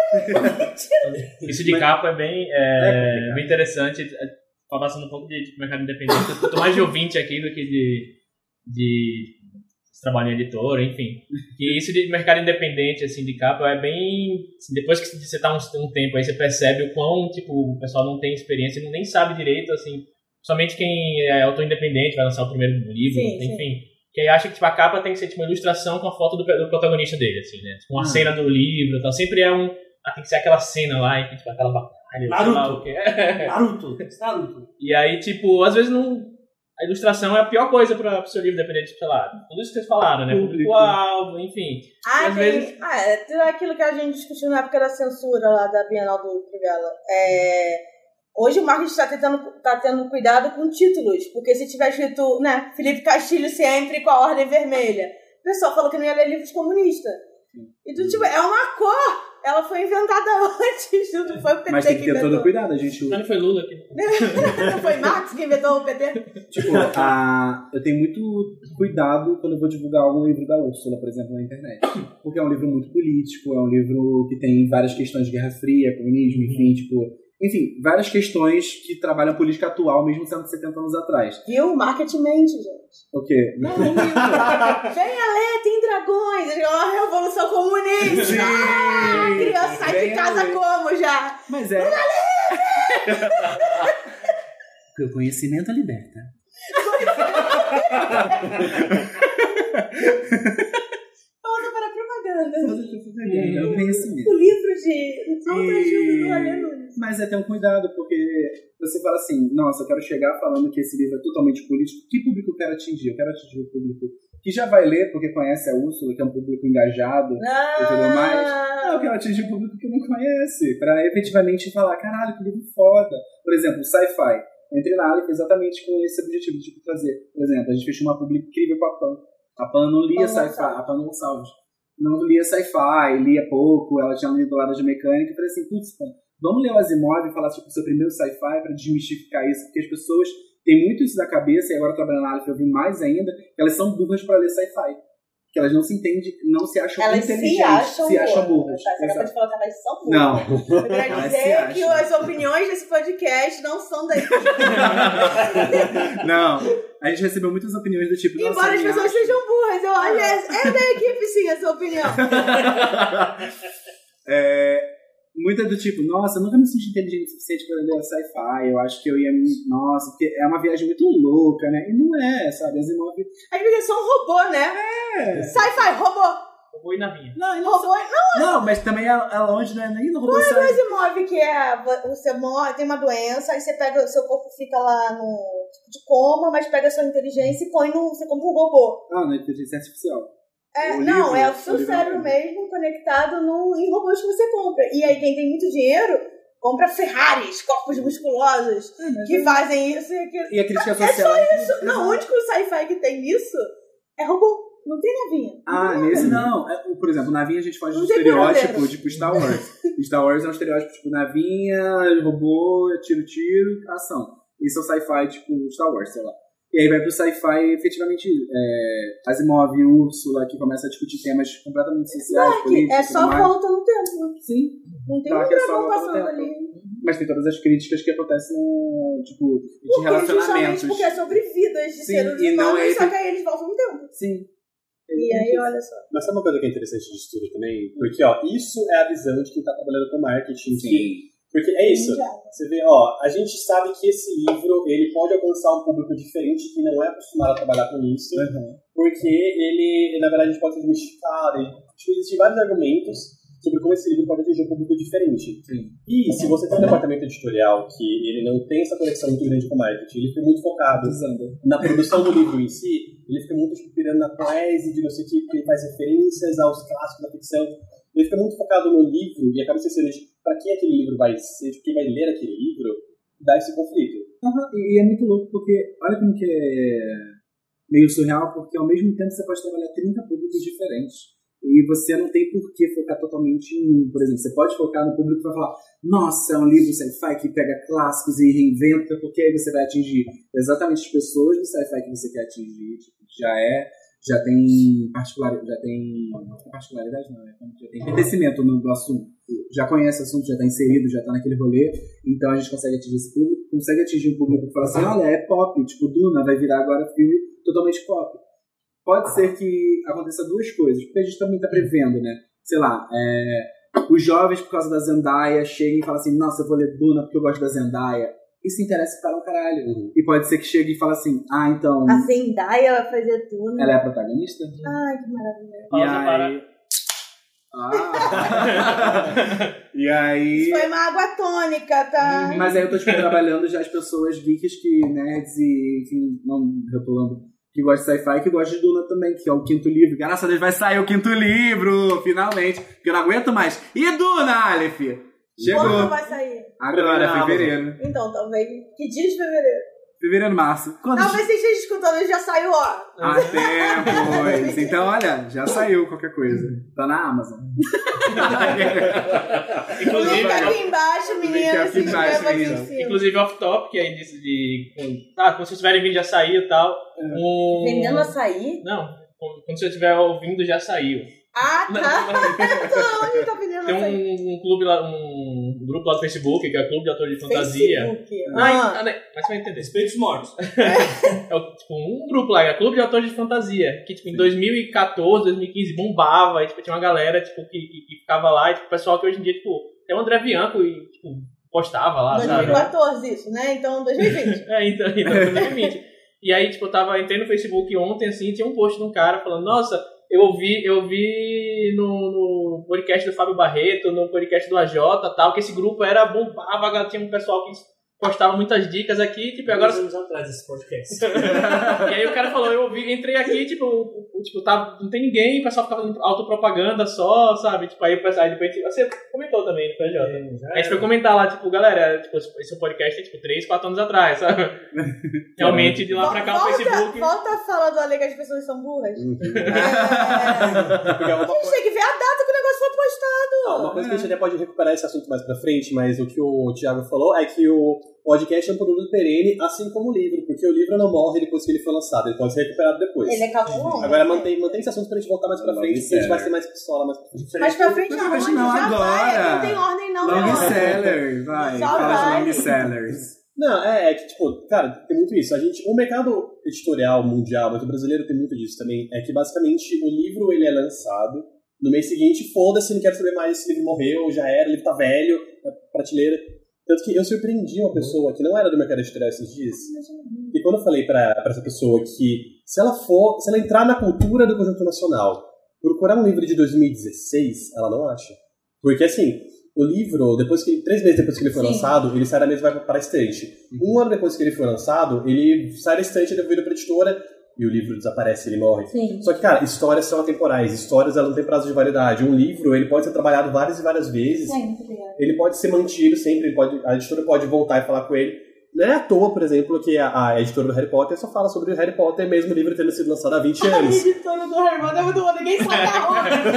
Speaker 4: Isso de capa é bem, é, bem interessante. Tá passando um pouco de, de mercado independente. Eu tô mais de ouvinte aqui do que de, de trabalho em editora, enfim. E isso de mercado independente, assim, de capa, é bem... Assim, depois que você tá um, um tempo aí, você percebe o quão, tipo, o pessoal não tem experiência, nem sabe direito, assim... Somente quem é autor independente vai lançar o primeiro livro,
Speaker 1: Sim,
Speaker 4: enfim. Sim. Que aí acha que tipo, a capa tem que ser tipo, uma ilustração com a foto do, do protagonista dele, assim, né? Tipo, uma
Speaker 2: Ah.
Speaker 4: cena do livro e tal. Sempre é um... Ah, tem que ser aquela cena lá, e, tipo, aquela batalha, sei lá
Speaker 5: Naruto.
Speaker 4: o que é.
Speaker 5: Naruto. Naruto.
Speaker 4: E aí, tipo, às vezes não... A ilustração é a pior coisa para o seu livro, dependendo de, sei lá, tudo isso que vocês falaram, né?
Speaker 2: Público.
Speaker 4: Público-alvo, enfim.
Speaker 1: Ah,
Speaker 4: Às
Speaker 1: tem,
Speaker 4: vezes-
Speaker 1: ah, é tudo aquilo que a gente discutiu na época da censura lá da Bienal do Trivela. É, hoje o marketing está tentando, tá tendo cuidado com títulos, porque se tiver escrito, né, Felipe Castilho sempre com a ordem vermelha, o pessoal falou que não ia ler livros comunistas. E tu, tipo, é uma cor! Ela foi inventada antes, não foi o P T
Speaker 2: Mas tem que
Speaker 1: que
Speaker 2: ter
Speaker 1: inventou.
Speaker 2: todo cuidado, a gente...
Speaker 4: Mas não foi Lula aqui.
Speaker 1: Não foi Marx que inventou o P T?
Speaker 2: Tipo, a, eu tenho muito cuidado quando eu vou divulgar algum livro da Úrsula, por exemplo, na internet. Porque é um livro muito político, é um livro que tem várias questões de Guerra Fria, comunismo, enfim, tipo... Enfim, várias questões que trabalham a política atual, mesmo sendo setenta anos atrás.
Speaker 1: Viu? O marketing mente, gente.
Speaker 2: O quê?
Speaker 1: Não, não viu. Venha ler, tem dragões, é uma revolução comunista.
Speaker 2: Sim.
Speaker 1: Ah, a criança sai de
Speaker 2: Venha
Speaker 1: casa
Speaker 2: ler.
Speaker 1: como já?
Speaker 2: Mas é... Porque o conhecimento liberta.
Speaker 1: Pausa para a propaganda.
Speaker 2: É o conhecimento.
Speaker 1: O livro de autoajuda do Alê Nunes.
Speaker 2: Mas é ter um cuidado, porque você fala assim, nossa, eu quero chegar falando que esse livro é totalmente político. Que público eu quero atingir? Eu quero atingir o público que já vai ler porque conhece a Úrsula, que é um público engajado, entendeu mais? Não, eu quero atingir o público que não conhece, pra efetivamente falar, caralho, que livro foda. Por exemplo, sci-fi. Eu entrei na Aleph exatamente com esse objetivo, de tipo, trazer. Por exemplo, a gente fechou uma publi incrível com a Pan. A Pan não lia
Speaker 1: Pan
Speaker 2: sci-fi,
Speaker 1: Gonçalves.
Speaker 2: a Pan Gonçalves. Não lia sci-fi, lia pouco, ela tinha lido Lado de Mecânica, eu falei assim, putz, Pan, vamos ler o Asimov e falar sobre o seu primeiro sci-fi para desmistificar isso, porque as pessoas têm muito isso na cabeça, e agora trabalhando na Aleph eu vi mais ainda, que elas são burras para ler sci-fi. que elas não se entendem, não se acham
Speaker 1: Elas
Speaker 2: inteligentes,
Speaker 1: se acham
Speaker 2: se acham
Speaker 1: burras.
Speaker 2: burras.
Speaker 1: Tá? Você acabou
Speaker 2: Exato.
Speaker 1: de falar que elas são burras.
Speaker 2: Não.
Speaker 1: Eu queria
Speaker 2: Elas se
Speaker 1: dizer que
Speaker 2: acham.
Speaker 1: as opiniões desse podcast não são da equipe.
Speaker 2: Não. A gente recebeu muitas opiniões do tipo...
Speaker 1: Embora as
Speaker 2: eu me
Speaker 1: pessoas
Speaker 2: acho-
Speaker 1: sejam burras, eu acho é, é da equipe sim a sua opinião.
Speaker 2: É, muita do tipo, nossa, eu nunca me senti inteligente o suficiente pra ler sci-fi, eu acho que eu ia me... Nossa, porque é uma viagem muito louca, né? E não é, sabe? As imóveis...
Speaker 1: Às vezes é só um robô, né?
Speaker 2: É.
Speaker 1: Sci-fi, robô.
Speaker 4: Robô e navinha.
Speaker 2: Não, não,
Speaker 1: Robô não.
Speaker 2: não, mas também ela, ela onde não é nem no robô.
Speaker 1: Qual é
Speaker 2: sabe?
Speaker 1: esse imóvel que é, você morre, tem uma doença, aí você pega, o seu corpo fica lá no tipo de coma, mas pega a sua inteligência e põe no, você compra um robô.
Speaker 2: Ah, na inteligência artificial.
Speaker 1: É,
Speaker 2: O
Speaker 1: não,
Speaker 2: livro,
Speaker 1: é o
Speaker 2: o
Speaker 1: seu
Speaker 2: livro
Speaker 1: cérebro
Speaker 2: mesmo.
Speaker 1: mesmo conectado no, em robôs que você compra. E aí quem tem muito dinheiro, compra Ferraris, corpos musculosos, que fazem isso e aquilo.
Speaker 2: E a crítica
Speaker 1: É
Speaker 2: social...
Speaker 1: só isso. Não, o único sci-fi que tem isso é robô. Não tem navinha. Não
Speaker 2: Ah,
Speaker 1: tem nada.
Speaker 2: nesse não. É, por exemplo, navinha a gente foge do
Speaker 1: Não tem
Speaker 2: estereótipo,
Speaker 1: piradeiro.
Speaker 2: tipo Star Wars. Star Wars é um estereótipo tipo navinha, robô, tiro, tiro, ação. Isso é o sci-fi tipo Star Wars, sei lá. E aí vai pro sci-fi, efetivamente, é, Asimov e Úrsula, que começa a discutir temas completamente sociais,
Speaker 1: Não, é que
Speaker 2: políticos
Speaker 1: é
Speaker 2: e
Speaker 1: só
Speaker 2: tudo mais.
Speaker 1: volta no tempo.
Speaker 2: Sim,
Speaker 1: Não tem
Speaker 2: Tá,
Speaker 1: um
Speaker 2: que é só
Speaker 1: dragão
Speaker 2: volta no
Speaker 1: passando
Speaker 2: tempo.
Speaker 1: ali.
Speaker 2: mas tem todas as críticas que acontecem, no, tipo, de
Speaker 1: Porque,
Speaker 2: relacionamentos.
Speaker 1: justamente porque é sobre vidas de
Speaker 2: Sim,
Speaker 1: seres
Speaker 2: e não
Speaker 1: humanos,
Speaker 2: é
Speaker 1: só
Speaker 2: efe-
Speaker 1: que aí eles voltam no tempo.
Speaker 2: Sim.
Speaker 1: E aí, olha só.
Speaker 3: Mas sabe uma coisa que é interessante de estudo também? Porque, ó, isso é a visão de quem tá trabalhando com marketing. Que, porque é isso.
Speaker 1: Já.
Speaker 3: Você vê, ó, a gente sabe que esse livro, ele pode alcançar um público diferente que não é acostumado a trabalhar com isso.
Speaker 2: Uhum.
Speaker 3: Porque ele, na verdade, a gente pode ser desmistificado. Ele, tipo, existem vários argumentos sobre como esse livro pode atingir um público diferente.
Speaker 2: Sim.
Speaker 3: E se você tem um departamento editorial que ele não tem essa conexão muito grande com o marketing, ele fica muito focado na produção do livro em si, ele fica muito tipo, pirando na poesia de não sei o que, porque ele faz referências aos clássicos da ficção. Ele fica muito focado no livro e acaba esquecendo de para que aquele livro vai ser, de quem vai ler aquele livro, dá esse conflito.
Speaker 2: Uhum. E é muito louco porque, olha como que é meio surreal, porque ao mesmo tempo você pode trabalhar trinta públicos diferentes. E você não tem por que focar totalmente em um. Por exemplo, você pode focar no público que vai falar, nossa, é um livro sci-fi que pega clássicos e reinventa, porque aí você vai atingir exatamente as pessoas do sci-fi que você quer atingir. Tipo, já é, já tem particularidade, já tem particularidade não, é, já tem pertencimento no, no assunto. Já conhece o assunto, já está inserido, já está naquele rolê. Então a gente consegue atingir esse público, consegue atingir um público que fala assim, olha, é pop, tipo, Duna vai virar agora filme totalmente pop. Pode ser que aconteça duas coisas, porque a gente também está prevendo, né? Sei lá, é, os jovens, por causa da Zendaya, cheguem e falam assim, nossa, eu vou ler Duna porque eu gosto da Zendaya. Isso interessa para um caralho.
Speaker 3: Uhum.
Speaker 2: E pode ser que chegue e fale assim, ah, então,
Speaker 1: A Zendaya vai fazer tudo.
Speaker 2: ela é a protagonista?
Speaker 1: Ai, que maravilha.
Speaker 4: Pausa
Speaker 2: e
Speaker 4: para-
Speaker 2: aí... Ah. E aí...
Speaker 1: Isso foi uma água tônica, tá?
Speaker 2: Mas aí eu tô tipo, trabalhando já as pessoas geeks que, nerds e, enfim, não rotulando, que gostam de sci-fi, que gostam de Duna também, que é o quinto livro. Graças a Deus vai sair o quinto livro, finalmente, porque eu não aguento mais. E Duna, Aleph? Chegou.
Speaker 1: Quando vai sair?
Speaker 2: Agora,
Speaker 3: Amazon.
Speaker 2: fevereiro.
Speaker 1: Então, talvez. Que dia de fevereiro?
Speaker 2: Fevereiro, março. Quando
Speaker 1: Não, mas vocês estão escutando, já saiu, ó.
Speaker 2: há tempos. Então, olha, já saiu qualquer coisa. Tá na Amazon.
Speaker 1: O
Speaker 4: Inclusive,
Speaker 1: link aqui embaixo,
Speaker 2: link
Speaker 1: menina,
Speaker 2: aqui
Speaker 1: se
Speaker 2: embaixo,
Speaker 1: inscreva aqui
Speaker 2: menina.
Speaker 1: em cima.
Speaker 4: inclusive off-top, aí disse de. Ah, quando vocês estiverem vindo já saiu e tal. Um...
Speaker 1: Vendendo açaí?
Speaker 4: Não, quando você estiver ouvindo já saiu.
Speaker 1: Ah,
Speaker 4: Não,
Speaker 1: tá.
Speaker 4: não.
Speaker 1: Onde tá vendendo
Speaker 4: Tem
Speaker 1: açaí?
Speaker 4: um, um clube lá, um grupo lá do Facebook, que é o Clube de Autores de Fantasia.
Speaker 1: Facebook.
Speaker 4: Ah,
Speaker 1: Ah,
Speaker 4: ah, né, mas você vai entender.
Speaker 5: Espíritos mortos.
Speaker 4: É o, tipo, um grupo lá, é Clube de Autores de Fantasia, que tipo, em dois mil e quatorze, dois mil e quinze bombava, e tipo, tinha uma galera tipo, que, que, que ficava lá, e tipo, o pessoal que hoje em dia, tipo, até o André Bianco e, tipo, postava lá,
Speaker 1: dois mil
Speaker 4: sabe?
Speaker 1: e quatorze isso, né? Então, dois mil e vinte.
Speaker 4: É, então, então dois mil e vinte. E aí, tipo, eu tava, entrei no Facebook ontem, assim, tinha um post de um cara falando, nossa, eu ouvi, eu vi no, no podcast do Fábio Barreto, no podcast do A J, tal, que esse grupo era bombava, tinha um pessoal que postava muitas dicas aqui, tipo, e agora...
Speaker 5: Dois anos atrás desse podcast.
Speaker 4: E aí o cara falou, eu ouvi, entrei aqui, tipo, o- tipo tá, não tem ninguém, o pessoal ficava fazendo autopropaganda só, sabe? Tipo, aí, o pessoal- aí depois a gente- você comentou também no P J. A gente foi comentar lá, tipo, galera, tipo, esse podcast é tipo três, quatro anos atrás, sabe? Realmente, de lá pra cá o
Speaker 1: volta,
Speaker 4: Facebook...
Speaker 1: volta a fala do Ale que as pessoas são burras.
Speaker 3: Uhum.
Speaker 1: É...
Speaker 3: Porque é uma
Speaker 1: A gente tem que ver a data que o negócio foi postado.
Speaker 3: Ah, uma coisa que a gente até pode recuperar esse assunto mais pra frente, mas o que o Thiago falou é que o, podcast é um produto perene, assim como o livro, porque o livro não morre depois que ele foi lançado, ele pode ser recuperado depois.
Speaker 1: Ele é calculado.
Speaker 3: Agora mantém, mantém esse assunto pra gente voltar mais pra frente, porque a gente vai ser mais pistola mais pra frente.
Speaker 1: Mais pra frente não,
Speaker 2: Mas
Speaker 1: onde
Speaker 2: não,
Speaker 1: já
Speaker 2: agora.
Speaker 1: vai, não tem ordem não.
Speaker 2: Long
Speaker 1: não.
Speaker 2: seller, vai.
Speaker 1: Só
Speaker 2: Fala
Speaker 1: vai.
Speaker 2: de long sellers.
Speaker 3: Não, é, é que, tipo, cara, tem muito isso. A gente, o mercado editorial mundial, mas o brasileiro tem muito disso também, é que basicamente o livro ele é lançado, no mês seguinte, foda-se, não quero saber mais se o livro morreu, já era, o livro tá velho, na prateleira. Tanto que eu surpreendi uma pessoa que não era do mercado editorial esses dias, e quando eu falei pra, pra essa pessoa que se ela for, se ela entrar na cultura do conjunto nacional, procurar um livro de dois mil e dezesseis, ela não acha. Porque assim, o livro, depois que, três meses depois que ele foi Sim. lançado, ele sai da mesa e vai para a estante. Um ano depois que ele foi lançado, ele sai da estante, é devolvido para a editora, e o livro desaparece, ele morre.
Speaker 1: Sim.
Speaker 3: Só que, cara, histórias são atemporais. Histórias, ela não tem prazo de validade. Um livro, ele pode ser trabalhado várias e várias vezes.
Speaker 1: Sim,
Speaker 3: ele pode ser mantido sempre, ele pode, a editora pode voltar e falar com ele. Não é à toa, por exemplo, que a, a editora do Harry Potter só fala sobre o Harry Potter, mesmo o livro tendo sido lançado há vinte anos.
Speaker 1: A editora do Harry Potter é muito boa, ninguém sabe a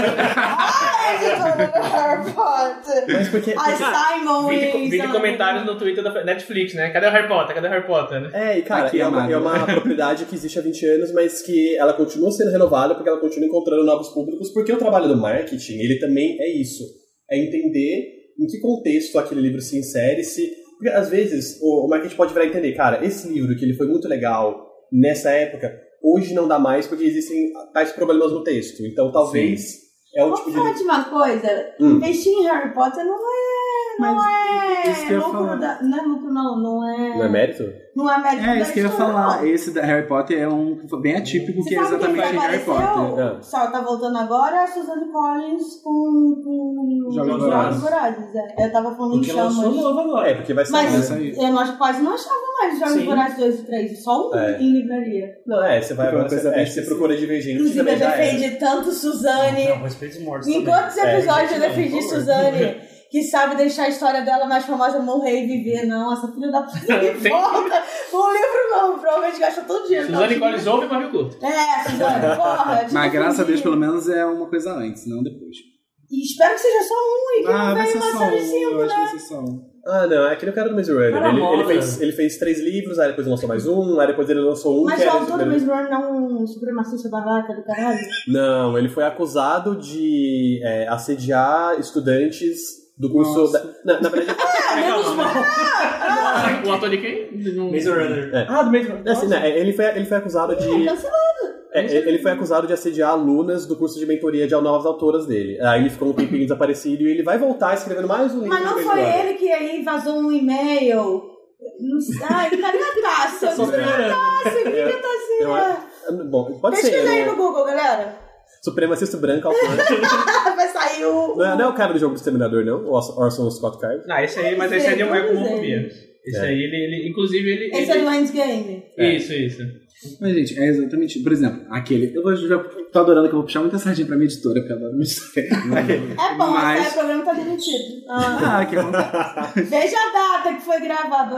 Speaker 1: onde. A editora do Harry Potter.
Speaker 3: Mas porque...
Speaker 1: A Simon
Speaker 4: Vi, vi
Speaker 1: Wilson.
Speaker 4: comentários no Twitter da Netflix, né? Cadê o Harry Potter? Cadê o Harry Potter, né?
Speaker 3: É, e cara,
Speaker 2: Aqui,
Speaker 3: é, uma, é uma propriedade que existe há vinte anos, mas que ela continua sendo renovada porque ela continua encontrando novos públicos, porque o trabalho do marketing, ele também é isso. É entender em que contexto aquele livro se insere, se... Porque, às vezes, o, o marketing pode virar a entender, cara, esse livro que ele foi muito legal nessa época, hoje não dá mais porque existem tais problemas no texto. Então, talvez, Sim. é o
Speaker 1: Vamos
Speaker 3: tipo de...
Speaker 1: Vamos falar de uma coisa.
Speaker 3: Hum.
Speaker 1: Investir em Harry Potter não é... Não
Speaker 2: Mas isso que
Speaker 1: é
Speaker 2: eu ia
Speaker 1: lucro
Speaker 2: falar.
Speaker 1: da... Não é lucro, não. Não é...
Speaker 3: Não é mérito?
Speaker 1: Não é mérito
Speaker 2: É,
Speaker 1: da
Speaker 2: isso que eu ia
Speaker 1: editora,
Speaker 2: falar.
Speaker 1: não.
Speaker 2: Esse da Harry Potter é um bem atípico,
Speaker 1: Você
Speaker 2: que é
Speaker 1: sabe quem
Speaker 2: exatamente
Speaker 1: que
Speaker 2: Harry
Speaker 1: apareceu?
Speaker 2: Potter.
Speaker 3: É.
Speaker 1: Só tá voltando agora a Suzanne Collins com, com
Speaker 2: Jogos
Speaker 1: Jogos
Speaker 2: Vorazes.
Speaker 1: Vorazes. É. Eu tava falando em
Speaker 5: Porque lançou
Speaker 1: chamas.
Speaker 5: novo agora.
Speaker 3: É, porque vai sair...
Speaker 1: Mas
Speaker 2: Vai sair.
Speaker 1: eu não, quase não achava mais Jogos
Speaker 5: Sim.
Speaker 1: Vorazes dois e três, só um
Speaker 3: É.
Speaker 1: em livraria.
Speaker 3: Não, é, você vai
Speaker 2: Porque é uma
Speaker 3: agora,
Speaker 2: coisa
Speaker 3: você,
Speaker 2: bem
Speaker 3: é, você procura Divergente,
Speaker 1: Inclusive, eu
Speaker 3: também já é.
Speaker 1: defendi tanto Suzanne.
Speaker 5: Não, respeito os mortos
Speaker 1: Em
Speaker 5: também.
Speaker 1: quantos episódios
Speaker 3: É,
Speaker 1: eu
Speaker 3: não,
Speaker 1: defendi
Speaker 3: por favor.
Speaker 1: Suzanne? Que sabe deixar a história dela mais famosa, morrer e viver. Não, essa filha da puta me
Speaker 4: Tem-
Speaker 1: volta. O livro não, provavelmente gasta todo o dinheiro.
Speaker 4: Suzane
Speaker 1: Não,
Speaker 4: Collins ouve e pavio curto.
Speaker 1: É, Suzane, porra. eu te
Speaker 2: Mas graças a Deus,
Speaker 1: defendi.
Speaker 2: pelo menos é uma coisa antes, não depois.
Speaker 1: E espero que seja só um e que
Speaker 2: Ah,
Speaker 1: não
Speaker 2: vai
Speaker 1: venha
Speaker 2: ser
Speaker 1: uma
Speaker 2: só
Speaker 1: série
Speaker 2: um,
Speaker 1: cinco,
Speaker 2: eu acho que
Speaker 1: né?
Speaker 2: vai ser só um.
Speaker 3: Ah, não, é aquele cara do Maze Runner.
Speaker 5: Cara,
Speaker 3: Ele, ele,
Speaker 5: moda.
Speaker 3: fez, ele fez três livros, aí depois lançou mais um, aí depois ele lançou um
Speaker 1: Mas
Speaker 3: que
Speaker 1: o
Speaker 3: era...
Speaker 1: autor do Maze Runner não é um supremacista babaca do caralho?
Speaker 3: Não, ele foi acusado de é, assediar estudantes do curso... Da, na, na verdade...
Speaker 5: Menos mal.
Speaker 4: O ator de quem? Não-
Speaker 5: Maze Runner.
Speaker 3: É.
Speaker 5: Ah, do Maze Runner.
Speaker 3: Assim, né, ele, foi, ele foi acusado de...
Speaker 1: É cancelado.
Speaker 3: É, ele foi acusado de assediar alunas do curso de mentoria de novas autoras dele. Aí ele ficou um tempinho desaparecido e ele vai voltar escrevendo mais um livro.
Speaker 1: Mas não
Speaker 3: de
Speaker 1: foi
Speaker 3: Maze Runner.
Speaker 1: ele que aí vazou um e-mail? Não sei. Ai, cadê a Tássia?
Speaker 5: Só
Speaker 1: Cadê a Tássia? Cadê a
Speaker 3: Eu
Speaker 1: Tássia?
Speaker 3: acho- Bom, pode
Speaker 1: Pesquisa
Speaker 3: ser.
Speaker 1: aí
Speaker 3: Né?
Speaker 1: no Google, galera.
Speaker 3: Supremacista branco, autor.
Speaker 1: Vai sair o...
Speaker 3: não, é, não é o cara do jogo do Exterminador, não? O Orson Scott Card.
Speaker 4: Não, esse aí, mas esse aí não é com
Speaker 1: Pois é.
Speaker 4: homofobia. Esse
Speaker 3: É.
Speaker 4: aí, ele, ele, inclusive, ele...
Speaker 1: Esse
Speaker 4: ele...
Speaker 1: é do Endgame.
Speaker 3: É.
Speaker 4: Isso, isso.
Speaker 2: Mas, gente, é exatamente... Por exemplo, aquele... Eu vou, já tô adorando que eu vou puxar muita sardinha pra minha editora, porque eu adoro minha editora.
Speaker 1: É bom,
Speaker 2: Mas-
Speaker 1: esse aí, o programa tá demitido. Ah,
Speaker 2: Ah, que vontade.
Speaker 1: veja a data que foi gravado.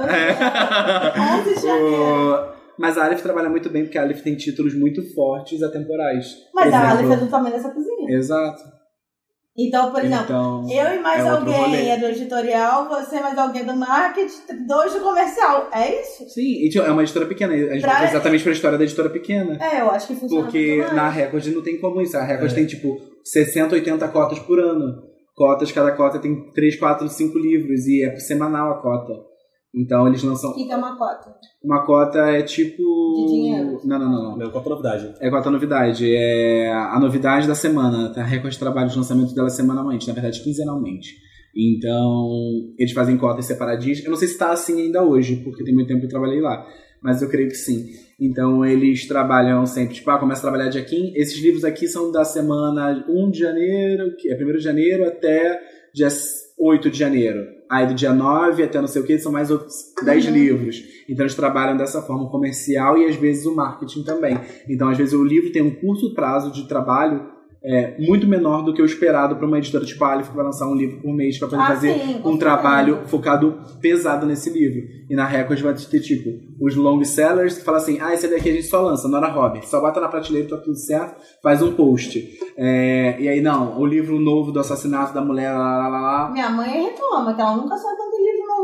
Speaker 1: onze de janeiro.
Speaker 2: O- Mas a Aleph trabalha muito bem, porque a Aleph tem títulos muito fortes atemporais.
Speaker 1: Mas
Speaker 2: Por
Speaker 1: a
Speaker 2: exemplo-
Speaker 1: Aleph é do tamanho dessa cozinha.
Speaker 2: Exato.
Speaker 1: Então, por exemplo,
Speaker 2: Então,
Speaker 1: eu e mais
Speaker 2: é outro rolê.
Speaker 1: alguém é do editorial, você e mais alguém do marketing, dois do comercial. É isso?
Speaker 2: Sim, e, tipo, é uma editora pequena. A gente
Speaker 1: Pra-
Speaker 2: vai exatamente pra história da editora pequena.
Speaker 1: É, eu acho que funciona
Speaker 2: Porque
Speaker 1: muito mais.
Speaker 2: na Record não tem como isso. A Record
Speaker 3: É.
Speaker 2: tem, tipo, sessenta, oitenta cotas por ano. Cotas, cada cota tem três, quatro, cinco livros. E é semanal a cota. Então eles lançam...
Speaker 1: O que que é uma cota?
Speaker 2: Uma cota é tipo...
Speaker 1: De dinheiro?
Speaker 2: Não, não, não. não.
Speaker 3: Não, qual a novidade?
Speaker 2: É cota novidade. É a novidade da semana. A Record trabalha os lançamentos dela semanalmente. Na verdade, quinzenalmente. Então, eles fazem cotas separadinhas. Eu não sei se está assim ainda hoje, porque tem muito tempo que eu trabalhei lá. Mas eu creio que sim. Então, eles trabalham sempre, tipo, ah, começa a trabalhar dia quinze. Esses livros aqui são da semana primeiro de janeiro, que é primeiro de janeiro até dia oito de janeiro. Aí do dia nove até não sei o que, são mais outros dez
Speaker 1: Uhum.
Speaker 2: livros. Então, eles trabalham dessa forma o comercial e às vezes o marketing também. Então, às vezes o livro tem um curto prazo de trabalho é, muito menor do que o esperado para uma editora tipo a Aleph, que vai lançar um livro por mês para poder
Speaker 1: Ah,
Speaker 2: fazer
Speaker 1: sim, com
Speaker 2: um
Speaker 1: certeza.
Speaker 2: trabalho focado pesado nesse livro. E na Record vai ter, tipo, os long sellers que falam assim, ah, esse daqui a gente só lança, Nora Roberts, só bota na prateleira, tá tudo certo, faz um post. É, e aí, não, o livro novo do assassinato da mulher, lá, lá, lá, lá.
Speaker 1: Minha mãe reclama que ela nunca sabe quanto livro novo da Laura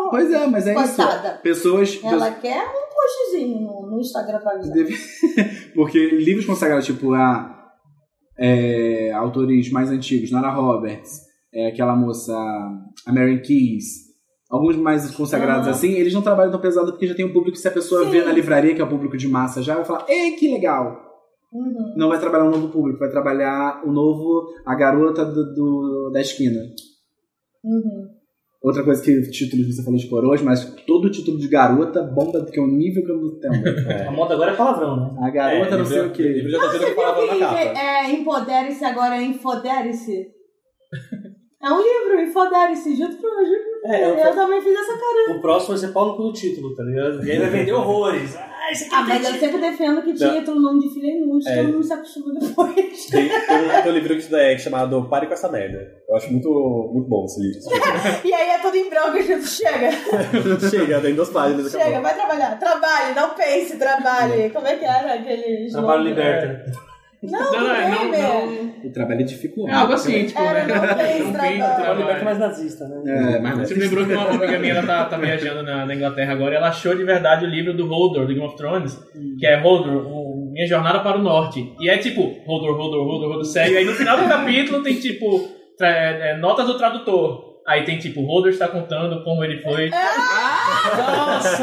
Speaker 1: não.
Speaker 2: Pois é, mas é
Speaker 1: Coitada.
Speaker 2: isso. Pessoas...
Speaker 1: Ela quer um postzinho no, no Instagram pra avisar.
Speaker 2: Deve... Porque livros consagrados, tipo, a, é, autores mais antigos, Nora Roberts, é, aquela moça, a Mary Keyes, alguns mais consagrados uhum. assim, eles não trabalham tão pesado porque já tem um público que se a pessoa Sim. vê na livraria, que é o público de massa já, vai falar, ei, que legal. Uhum. Não vai trabalhar um novo público, vai trabalhar o novo, a garota do, do, da esquina.
Speaker 1: Uhum.
Speaker 2: Outra coisa que o título que você falou de coroas, mas todo título de garota bomba, porque é um nível que eu não entendo.
Speaker 5: É. A moda agora é palavrão, né?
Speaker 2: A garota
Speaker 3: é,
Speaker 2: não sei o que.
Speaker 3: Ele já tá tendo palavrão na capa.
Speaker 1: É, empodere-se agora, é infodere-se. É um livro, infodere-se, junto pro hoje. É, eu, eu também fiz essa caramba.
Speaker 5: O próximo vai ser pau no cu do título, tá ligado? E aí vai vender horrores. Ah, esse aqui
Speaker 1: ah mas eu sempre defendo que título, nome de filho é inútil, todo mundo se acostuma depois.
Speaker 3: Tem, tem, um, tem um livro que é chamado Pare com essa merda. Eu acho muito, muito bom esse livro.
Speaker 1: E aí é tudo em branco, a gente chega.
Speaker 3: Chega, tem duas páginas.
Speaker 1: Chega, acabou. Vai trabalhar. Trabalhe, não pense, trabalhe. Como é que era aquele
Speaker 5: Trabalho liberta.
Speaker 1: Não, não, não, não, não.
Speaker 2: O trabalho é dificulto.
Speaker 4: É algo assim, tipo,
Speaker 1: é,
Speaker 4: né?
Speaker 1: Não tem trabalho.
Speaker 5: O trabalho liberta é mais nazista, né?
Speaker 2: É, mas
Speaker 4: você me lembrou que uma amiga minha ela tá, tá viajando na, na Inglaterra agora e ela achou de verdade o livro do Hodor, do Game of Thrones, hum. que é Hodor, o Minha Jornada para o Norte. E é tipo, Hodor, Hodor, Hodor, Hodor, segue. E aí no final do capítulo tem tipo, tra- é, notas do tradutor. Aí tem tipo, o Hodor está contando como ele foi.
Speaker 1: Nossa!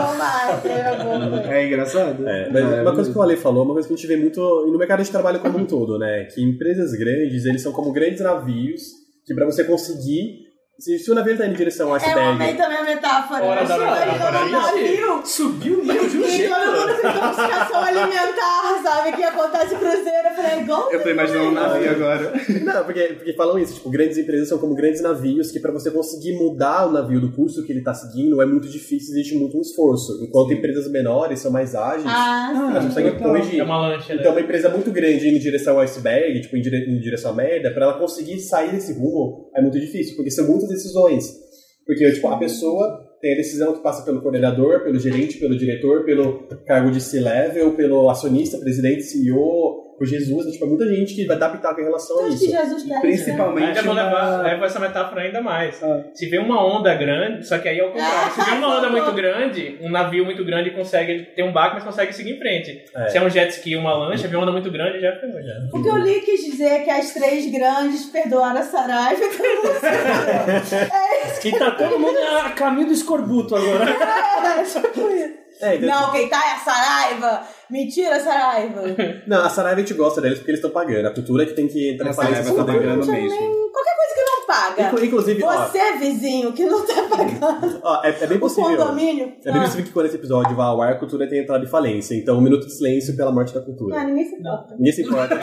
Speaker 2: É engraçado.
Speaker 3: É, mas é, uma coisa que o Ale falou, uma coisa que a gente vê muito no mercado de trabalho como um todo, né? Que empresas grandes, eles são como grandes navios que pra você conseguir... Se, se o navio tá indo em direção ao iceberg...
Speaker 1: Eu amei também a metáfora.
Speaker 4: Hora da
Speaker 1: metáfora.
Speaker 3: Subiu o nível de um jeito.
Speaker 1: E todo mundo com intoxicação alimentar, sabe? Que acontece cruzeiro. Eu falei, igual...
Speaker 2: Eu tô imaginando um navio agora.
Speaker 3: Não, porque, porque falam isso. Tipo, grandes empresas são como grandes navios que pra você conseguir mudar o navio do curso que ele tá seguindo é muito difícil, existe muito um esforço. Enquanto empresas menores são mais ágeis,
Speaker 1: ah,
Speaker 3: elas conseguem corrigir.
Speaker 4: É uma lancha, né?
Speaker 3: Então, uma empresa muito grande indo em direção ao iceberg, tipo, em, dire... em direção à merda, pra ela conseguir sair desse rumo é muito difícil, porque são muitas decisões. Porque, tipo, a pessoa tem a decisão que passa pelo coordenador, pelo gerente, pelo diretor, pelo cargo de C-level, pelo acionista, presidente, C E O, por Jesus. Tipo, é muita gente que vai dar pitaco em relação a
Speaker 1: acho
Speaker 3: isso.
Speaker 1: Que Jesus quer,
Speaker 2: principalmente.
Speaker 4: Ainda vou
Speaker 2: uma...
Speaker 4: levar, levar essa metáfora ainda mais. Ah. Se vê uma onda grande, só que aí é o contrário. Se vê uma onda muito grande, um navio muito grande consegue ter um barco, mas consegue seguir em frente. É. Se é um jet ski, uma lancha, vê uma onda muito grande, já foi. Já.
Speaker 1: O que eu li quis dizer é que as três grandes perdoaram a Saraiva.
Speaker 5: É isso. E tá todo mundo a caminho do escorbuto agora.
Speaker 1: É, tipo isso. É, não, quem tá é a Saraiva. Mentira, Saraiva.
Speaker 3: Não, a Saraiva a gente gosta deles porque eles estão pagando. A cultura é que tem que entrar
Speaker 2: em Saraiva tá pagando mesmo.
Speaker 1: Qualquer coisa que não paga.
Speaker 3: Inclusive,
Speaker 1: você,
Speaker 3: ó,
Speaker 1: vizinho, que não tá pagando.
Speaker 3: Ó, é, é bem possível.
Speaker 1: O condomínio.
Speaker 3: É bem ah. possível que quando esse episódio vá ao ar, a cultura tenha entrado em falência. Então, um minuto de silêncio pela morte da cultura.
Speaker 1: Ah, ninguém se importa.
Speaker 3: Ninguém se importa.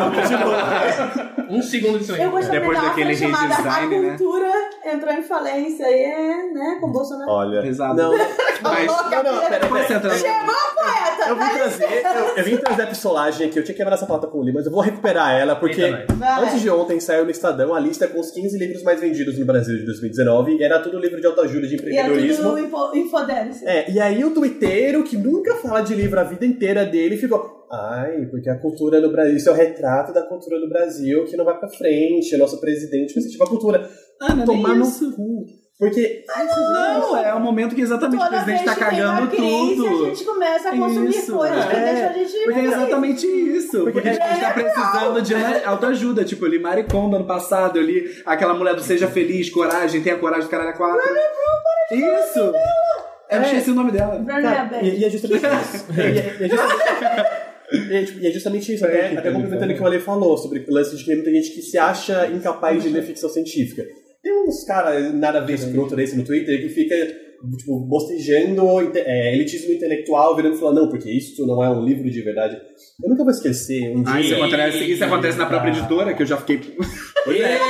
Speaker 4: Um segundo de silêncio.
Speaker 1: Eu gostaria
Speaker 2: Depois
Speaker 1: de
Speaker 2: daquele
Speaker 1: chamada
Speaker 2: redesign,
Speaker 1: A Cultura né? entrou em falência e é, né, com o Bolsonaro.
Speaker 3: Olha,
Speaker 2: pesado.
Speaker 3: Não, mas... não, não, pera, pera.
Speaker 1: Chegou a poeta.
Speaker 3: Eu vim trazer, eu, eu vim trazer a pistolagem aqui. Eu tinha que quebrar essa pauta com o Lee, mas eu vou recuperar ela, porque antes de ontem saiu no Estadão a lista com os quinze livros mais vendidos no Brasil de dois mil e dezenove. E era tudo livro de autoajuda, de empreendedorismo.
Speaker 1: E era tudo infodência.
Speaker 3: É, e aí o twitteiro, que nunca fala de livro a vida inteira dele, ficou... Ai, porque a cultura no Brasil, isso é o retrato da cultura do Brasil que não vai pra frente, o nosso presidente, mas tipo, a cultura
Speaker 2: ah, não
Speaker 3: tomar no
Speaker 2: isso.
Speaker 3: cu. Porque...
Speaker 1: Ah, não,
Speaker 2: não, é o momento que exatamente
Speaker 1: toda
Speaker 2: o presidente tá cagando
Speaker 1: crise,
Speaker 2: tudo.
Speaker 1: A gente começa a consumir
Speaker 2: isso,
Speaker 1: coisas
Speaker 2: é.
Speaker 1: que deixam a gente...
Speaker 2: Porque é exatamente isso. Porque, porque a gente tá precisando de autoajuda. Tipo, eu li Maricondo ano passado, eu li aquela mulher do Seja Feliz, Coragem, Tenha Coragem do Caralho quatro. Isso! Eu esqueci o nome dela.
Speaker 3: Cara, e, e é justamente isso. e, é, e, é justamente... E é, tipo, e é justamente isso, até, até complementando o que o Ale falou sobre o lance de que muita gente que se acha incapaz de ler ficção científica. Tem uns caras nada a ver escroto desse no Twitter que fica tipo, bostejando é, elitismo intelectual, virando e falando, não, porque isso não é um livro de verdade. Eu nunca vou esquecer um dia...
Speaker 2: Ah, isso acontece, isso acontece na própria editora, que eu já fiquei...
Speaker 3: Pois é.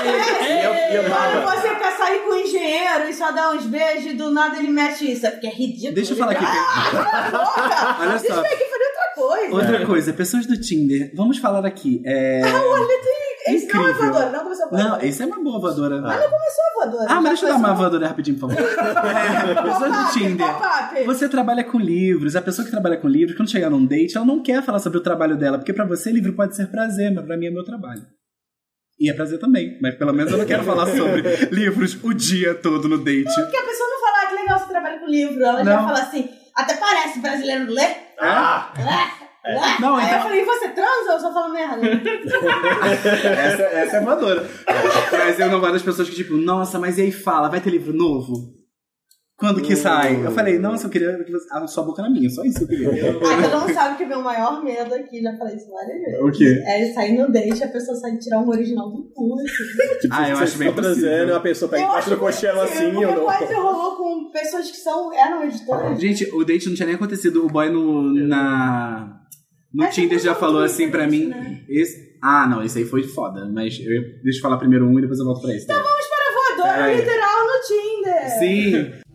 Speaker 1: Quando você quer sair com o engenheiro e só dá uns beijos e do nada ele mete isso, porque é ridículo.
Speaker 2: Deixa eu falar aqui.
Speaker 1: Ah,
Speaker 2: olha só.
Speaker 1: Deixa eu aqui fazer outra coisa.
Speaker 2: Outra coisa, pessoas do Tinder, vamos falar aqui. É...
Speaker 1: Ah, olha, tem... Esse não é voadora, não começou a voadora.
Speaker 2: Não, esse é uma boa voadora.
Speaker 1: Mas não começou a voadora.
Speaker 2: Ah, mas deixa eu dar uma voadora rapidinho, por favor. É, pessoas do Tinder. Você trabalha com livros. A pessoa que trabalha com livros, quando chegar num date, ela não quer falar sobre o trabalho dela, porque pra você livro pode ser prazer, mas pra mim é meu trabalho. E é prazer também, mas pelo menos eu não quero falar sobre livros o dia todo no date.
Speaker 1: Não, porque a pessoa não falar que legal você trabalha com livro. Ela já
Speaker 2: Não.
Speaker 1: fala assim, até parece brasileiro lê.
Speaker 3: Ah!
Speaker 1: Lê. Lê.
Speaker 2: Não,
Speaker 1: Aí
Speaker 2: então-
Speaker 1: eu falei, e você transa ou eu só falo merda?
Speaker 2: Essa, essa é madura. Mas eu não gosto das pessoas que, tipo, nossa, mas e aí fala, vai ter livro novo? Quando que sai? Eu falei, nossa, eu queria que você... Ah, sua boca na minha, só isso que eu queria.
Speaker 1: Ah, todo mundo sabe que o meu maior medo aqui, já falei isso várias vezes.
Speaker 2: O quê?
Speaker 1: É sair no date e a pessoa sair tirar um original do cu. Assim.
Speaker 3: Tipo,
Speaker 2: Ah, eu
Speaker 3: você
Speaker 2: acho bem
Speaker 3: tá transando,
Speaker 2: possível.
Speaker 3: uma pessoa pega
Speaker 1: Eu
Speaker 3: embaixo do
Speaker 1: acho
Speaker 3: colchão
Speaker 1: possível,
Speaker 3: assim,
Speaker 1: porque
Speaker 3: ou não?
Speaker 1: quase rolou com pessoas que são, eram editoras.
Speaker 2: Gente, o date não tinha nem acontecido. O boy no, na, no
Speaker 1: Essa
Speaker 2: Tinder
Speaker 1: foi
Speaker 2: já
Speaker 1: muito
Speaker 2: falou assim pra mim.
Speaker 1: né?
Speaker 2: Esse, ah, não, esse aí foi foda. Mas eu, deixa eu falar primeiro um e depois eu volto pra esse. Tá?
Speaker 1: Vamos para a voadora
Speaker 2: É.
Speaker 1: literal no Tinder.
Speaker 2: Sim.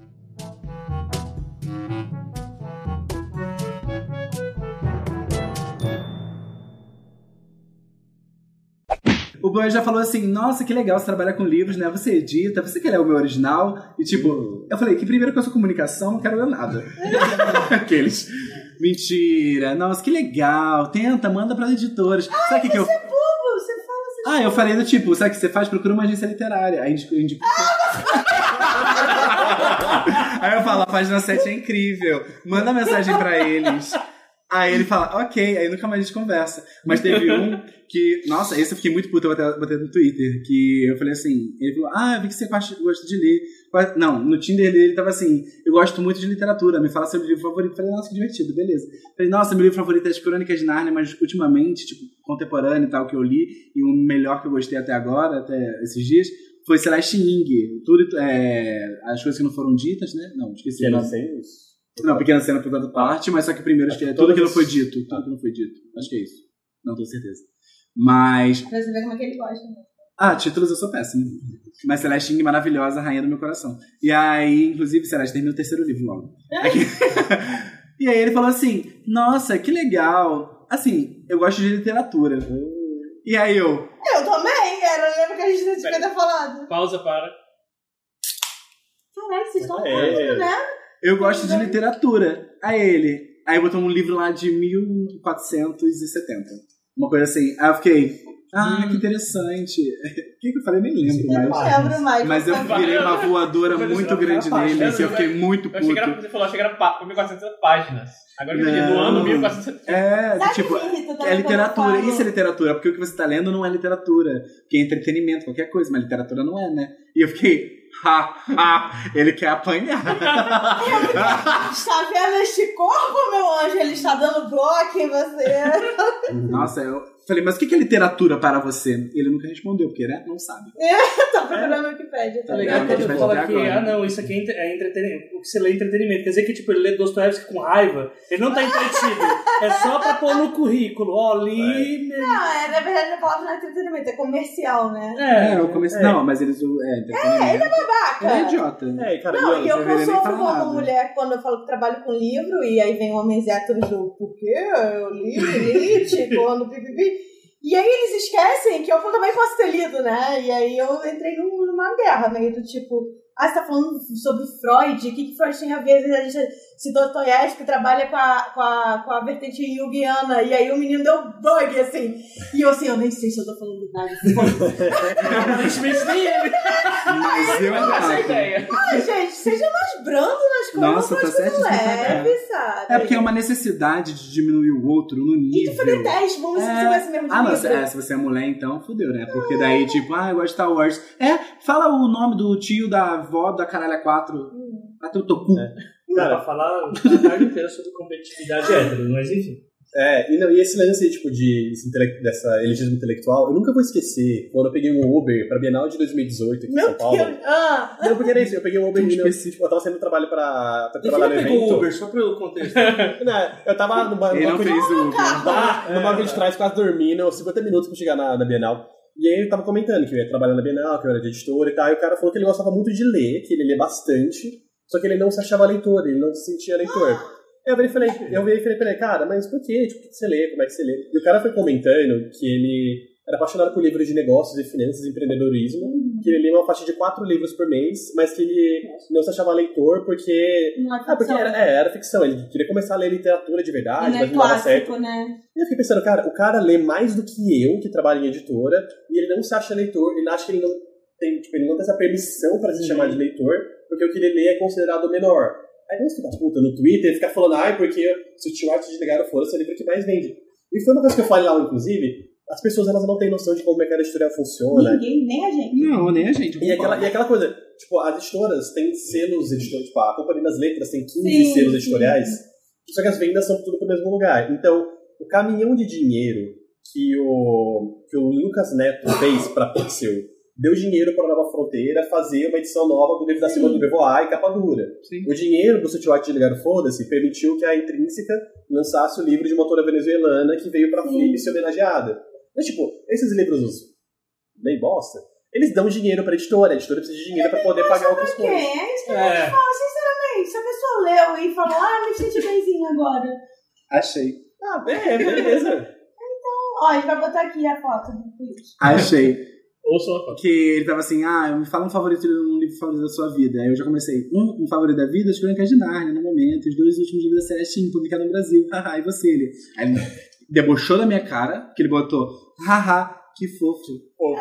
Speaker 2: O boy já falou assim, nossa, que legal, você trabalha com livros, né? Você edita, você quer ler o meu original? E tipo, eu falei, que primeiro que eu sou comunicação, não quero ler nada. Aqueles. Mentira, nossa, que legal. Tenta, manda pras editoras. Sabe o que, que eu...
Speaker 1: Você é bobo, você fala assim.
Speaker 2: Ah, eu falei do tipo, sabe o que você faz? Procura uma agência literária. Aí indico. indico... Aí eu falo, a página sete é incrível. Manda mensagem pra eles. Aí ele fala, ok, aí nunca mais a gente conversa. Mas teve um que, nossa, esse eu fiquei muito puto, eu botei, botei no Twitter, que eu falei assim, ele falou, ah, eu vi que você gosta de ler. Não, no Tinder dele ele tava assim, eu gosto muito de literatura, me fala seu livro favorito. Eu falei, nossa, que divertido, beleza. Eu falei, nossa, meu livro favorito é As Crônicas de Nárnia, mas ultimamente, tipo, contemporâneo e tal, que eu li, e o melhor que eu gostei até agora, até esses dias, foi Celeste Ng. Tudo, é, as coisas que não foram ditas, né? Não, esqueci.
Speaker 3: Que
Speaker 2: o
Speaker 3: não
Speaker 2: nome.
Speaker 3: sei isso.
Speaker 2: Não, Pequena Cena por toda parte, mas só que primeiro acho que é tudo que não foi dito. Tudo que não foi dito. Acho que é isso. Não tenho certeza. Mas.
Speaker 1: Pra você ver como é que ele gosta. Né?
Speaker 2: Ah, títulos eu sou péssimo. Mas Celeste Ng, maravilhosa, rainha do meu coração. E aí, inclusive, Celeste terminou o terceiro livro logo. Aqui... E aí ele falou assim: nossa, que legal. Assim, eu gosto de literatura. E aí eu.
Speaker 1: Eu também, era, lembra que a gente devia ter falado.
Speaker 4: Pausa para.
Speaker 1: Caralho, vocês estão
Speaker 3: É.
Speaker 1: falando, né?
Speaker 2: Eu gosto de literatura. Aí ele. Aí botou um livro lá de mil quatrocentos e setenta. Uma coisa assim. Aí eu fiquei. Ah,
Speaker 4: Hum.
Speaker 2: que interessante. O que, que eu falei? Nem lembro
Speaker 1: Eu não
Speaker 2: mais.
Speaker 1: lembro mais.
Speaker 2: Mas eu virei uma voadora muito grande nele. Assim, eu fiquei muito
Speaker 4: Eu achei que era,
Speaker 2: puto.
Speaker 4: você falou, achei que era pá- mil e quatrocentas páginas. Agora eu entendi, do
Speaker 2: Não.
Speaker 4: ano mil e quatrocentas.
Speaker 2: É,
Speaker 1: Sabe
Speaker 2: tipo,
Speaker 1: o que me irrita também
Speaker 2: é literatura.
Speaker 1: quando eu falo?
Speaker 2: Isso é literatura, porque o que você tá lendo não é literatura. Que é entretenimento, qualquer coisa, mas literatura não é, né? E eu fiquei, ha, ha, ele quer apanhar.
Speaker 1: Está vendo este corpo, meu anjo? Ele está dando bloco em você.
Speaker 2: Nossa, eu falei, mas o que é literatura para você? Ele nunca respondeu, porque, né? Não sabe.
Speaker 1: Tá procurando no Wikipedia.
Speaker 5: Tá legal
Speaker 2: É,
Speaker 5: quando
Speaker 2: a gente
Speaker 5: tu
Speaker 2: vai
Speaker 5: fala
Speaker 2: até
Speaker 5: que,
Speaker 2: agora.
Speaker 5: ah não, isso aqui é, entre- é entretenimento. O que você lê é entretenimento. Quer dizer que, tipo, ele lê Dostoiévski com raiva, ele não tá entretido. É só pra pôr no currículo. Ó, li... meu-
Speaker 1: Não, é, na verdade a palavra não é entretenimento, é comercial, né?
Speaker 5: É,
Speaker 2: É, eu comecei.
Speaker 3: é.
Speaker 2: Não, mas eles. É, entretenimento.
Speaker 1: Ele é babaca.
Speaker 2: Ele é idiota.
Speaker 3: É, e cara,
Speaker 1: Não,
Speaker 3: e
Speaker 1: e eu
Speaker 2: não
Speaker 1: que eu
Speaker 2: deveria nem
Speaker 1: sofro
Speaker 2: falar
Speaker 1: como
Speaker 2: nada.
Speaker 1: mulher quando eu falo que trabalho com livro e aí vem homens héteros do porquê? Eu li, Nietzsche, quando pipipi. E aí eles esquecem que eu também posso ter lido, né? E aí eu entrei num- numa guerra meio do tipo, ah, você tá falando sobre Freud, o que, que Freud tem a ver? A gente citou Dostoiévski, trabalha com a, com, a, com a vertente junguiana, e aí o menino deu bug, assim. E eu assim, eu nem sei se eu tô falando verdade.
Speaker 5: aparentemente nem ele.
Speaker 2: Mas eu
Speaker 4: Mas essa é a
Speaker 2: acho.
Speaker 4: ideia.
Speaker 1: Ai, gente, seja mais brando nas coisas,
Speaker 2: Nossa,
Speaker 1: não
Speaker 2: tá
Speaker 1: faz coisa
Speaker 2: certo,
Speaker 1: leve, sabe?
Speaker 2: É porque é uma necessidade de diminuir o outro no nível.
Speaker 1: Tu detesta, vamos ver se você conhece mesmo de
Speaker 2: Ah, não,
Speaker 1: livro.
Speaker 2: se, é, se você é mulher, então fudeu, né? Porque daí, tipo, ah, eu gosto de Star Wars. É, fala o nome do tio, da avó, da caralho quatro.
Speaker 1: Hum.
Speaker 2: Até o Toku.
Speaker 5: Dá pra falar a tarde inteira sobre competitividade hétero, mas enfim.
Speaker 3: É, e, não, e esse lance tipo, de, esse intele- dessa elitismo intelectual, eu nunca vou esquecer quando eu peguei um Uber pra Bienal de dois mil e dezoito aqui em
Speaker 1: Meu
Speaker 3: São Paulo.
Speaker 1: Deus. Ah.
Speaker 3: Não, porque era isso, eu peguei um Uber
Speaker 2: Muito
Speaker 3: e eu,
Speaker 2: específico.
Speaker 3: eu tava saindo do trabalho pra, pra
Speaker 5: Por que
Speaker 3: trabalhar no
Speaker 5: ele pegou
Speaker 3: evento.
Speaker 5: o Uber, só pelo contexto?
Speaker 3: Não, eu tava no, ba- no
Speaker 2: Ele não
Speaker 3: banco de,
Speaker 2: fez o Uber.
Speaker 3: tá, no
Speaker 5: É,
Speaker 3: banco de
Speaker 5: tá.
Speaker 3: trás, quase dormindo, cinquenta minutos pra chegar na, na Bienal. E aí ele tava comentando que eu ia trabalhar na Bienal, que eu era de editora e tal, e o cara falou que ele gostava muito de ler, que ele lê bastante, só que ele não se achava leitor, ele não se sentia leitor. Eu virei e falei, eu virei e falei pra ele, cara, mas por quê? Tipo, o que você lê? Como é que você lê? E o cara foi comentando que ele era apaixonado por livros de negócios e finanças e empreendedorismo, que ele lia uma faixa de quatro livros por mês, mas que ele não se achava leitor porque...
Speaker 1: Não é
Speaker 3: Ah, porque
Speaker 1: ficção.
Speaker 3: era, é, era ficção, ele queria começar a ler literatura de verdade,
Speaker 1: Não é
Speaker 3: mas não dava certo.
Speaker 1: clássico, né?
Speaker 3: E eu fiquei pensando, cara, o cara lê mais do que eu, que trabalho em editora, e ele não se acha leitor, ele acha que ele não tem, tipo, ele não tem essa permissão pra se chamar de leitor, porque o que ele lê é considerado menor. Aí vamos ficar puta no Twitter e ficar falando, ai, porque se o Tio Arte de Ligar for, esse é o livro que mais vende. E foi uma coisa que eu falei lá, inclusive, as pessoas elas não têm noção de como o mercado editorial funciona.
Speaker 1: Ninguém, nem a gente.
Speaker 2: Não, nem a gente.
Speaker 3: E aquela, e aquela coisa, tipo, as editoras têm selos editoriais, tipo, a Companhia das Letras tem quinze
Speaker 1: Sim,
Speaker 3: selos
Speaker 1: sim.
Speaker 3: editoriais, só que as vendas são tudo pro mesmo lugar. Então, o caminhão de dinheiro que o, que o Lucas Neto fez pra Pixel deu dinheiro para a Nova Fronteira fazer uma edição nova do livro da Simone de Beauvoir e capa dura.
Speaker 2: Sim.
Speaker 3: O dinheiro do Sítio Arte de Ligar Foda-se permitiu que a Intrínseca lançasse o livro de uma autora venezuelana que veio pra Flip ser homenageada. Mas, tipo, esses livros bem bosta, eles dão dinheiro pra editora, a editora precisa de dinheiro pra poder pagar outras
Speaker 1: Quem?
Speaker 3: coisas.
Speaker 1: É isso que
Speaker 5: É.
Speaker 1: a gente fala, sinceramente. Se a pessoa leu e falou, ah, me senti benzinho agora.
Speaker 2: Achei.
Speaker 3: Ah, é, beleza.
Speaker 1: Ó, a gente vai botar aqui a foto do tweet.
Speaker 2: Achei.
Speaker 4: Ouçam a foto.
Speaker 2: Que ele tava assim, ah, me fala um favorito, um livro favorito da sua vida. Aí eu já comecei, um, um favorito da vida, As Crônicas de Nárnia, no momento, os dois últimos livros da série Steam, publicados no Brasil. Haha, e você? Ele, aí ele debochou da minha cara, que ele botou, haha, que fofo.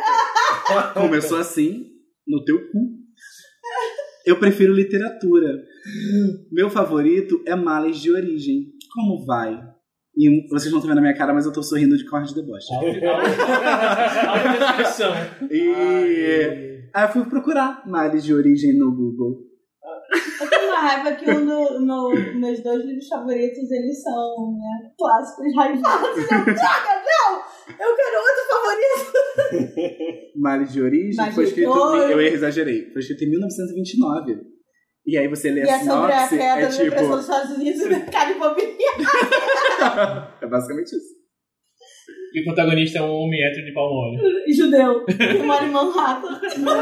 Speaker 2: Começou assim, no teu cu. Eu prefiro literatura. Meu favorito é Males de Origem. Como vai? E vocês não estão vendo a minha cara, mas eu tô sorrindo de cor de deboche.
Speaker 4: Olha a descrição.
Speaker 2: E aí eu fui procurar Males de Origem no Google.
Speaker 1: Eu tenho uma raiva que um do, no, meus dois livros favoritos, eles são, né, clássicos raivados. Eu, droga, não! Eu quero outro favorito.
Speaker 2: Males de Origem
Speaker 1: Mas
Speaker 2: foi escrito...
Speaker 1: depois-
Speaker 2: Eu exagerei. Foi escrito em mil novecentos e vinte e nove. E aí você lê
Speaker 1: E
Speaker 2: a
Speaker 1: é sobre a
Speaker 2: sinopse,
Speaker 1: queda
Speaker 2: é
Speaker 1: da depressão
Speaker 2: tipo...
Speaker 1: dos Estados Unidos e do mercado imobiliário.
Speaker 2: É basicamente isso.
Speaker 4: E o protagonista é um homem hétero de pau mole.
Speaker 1: Judeu, que mora em Manhattan.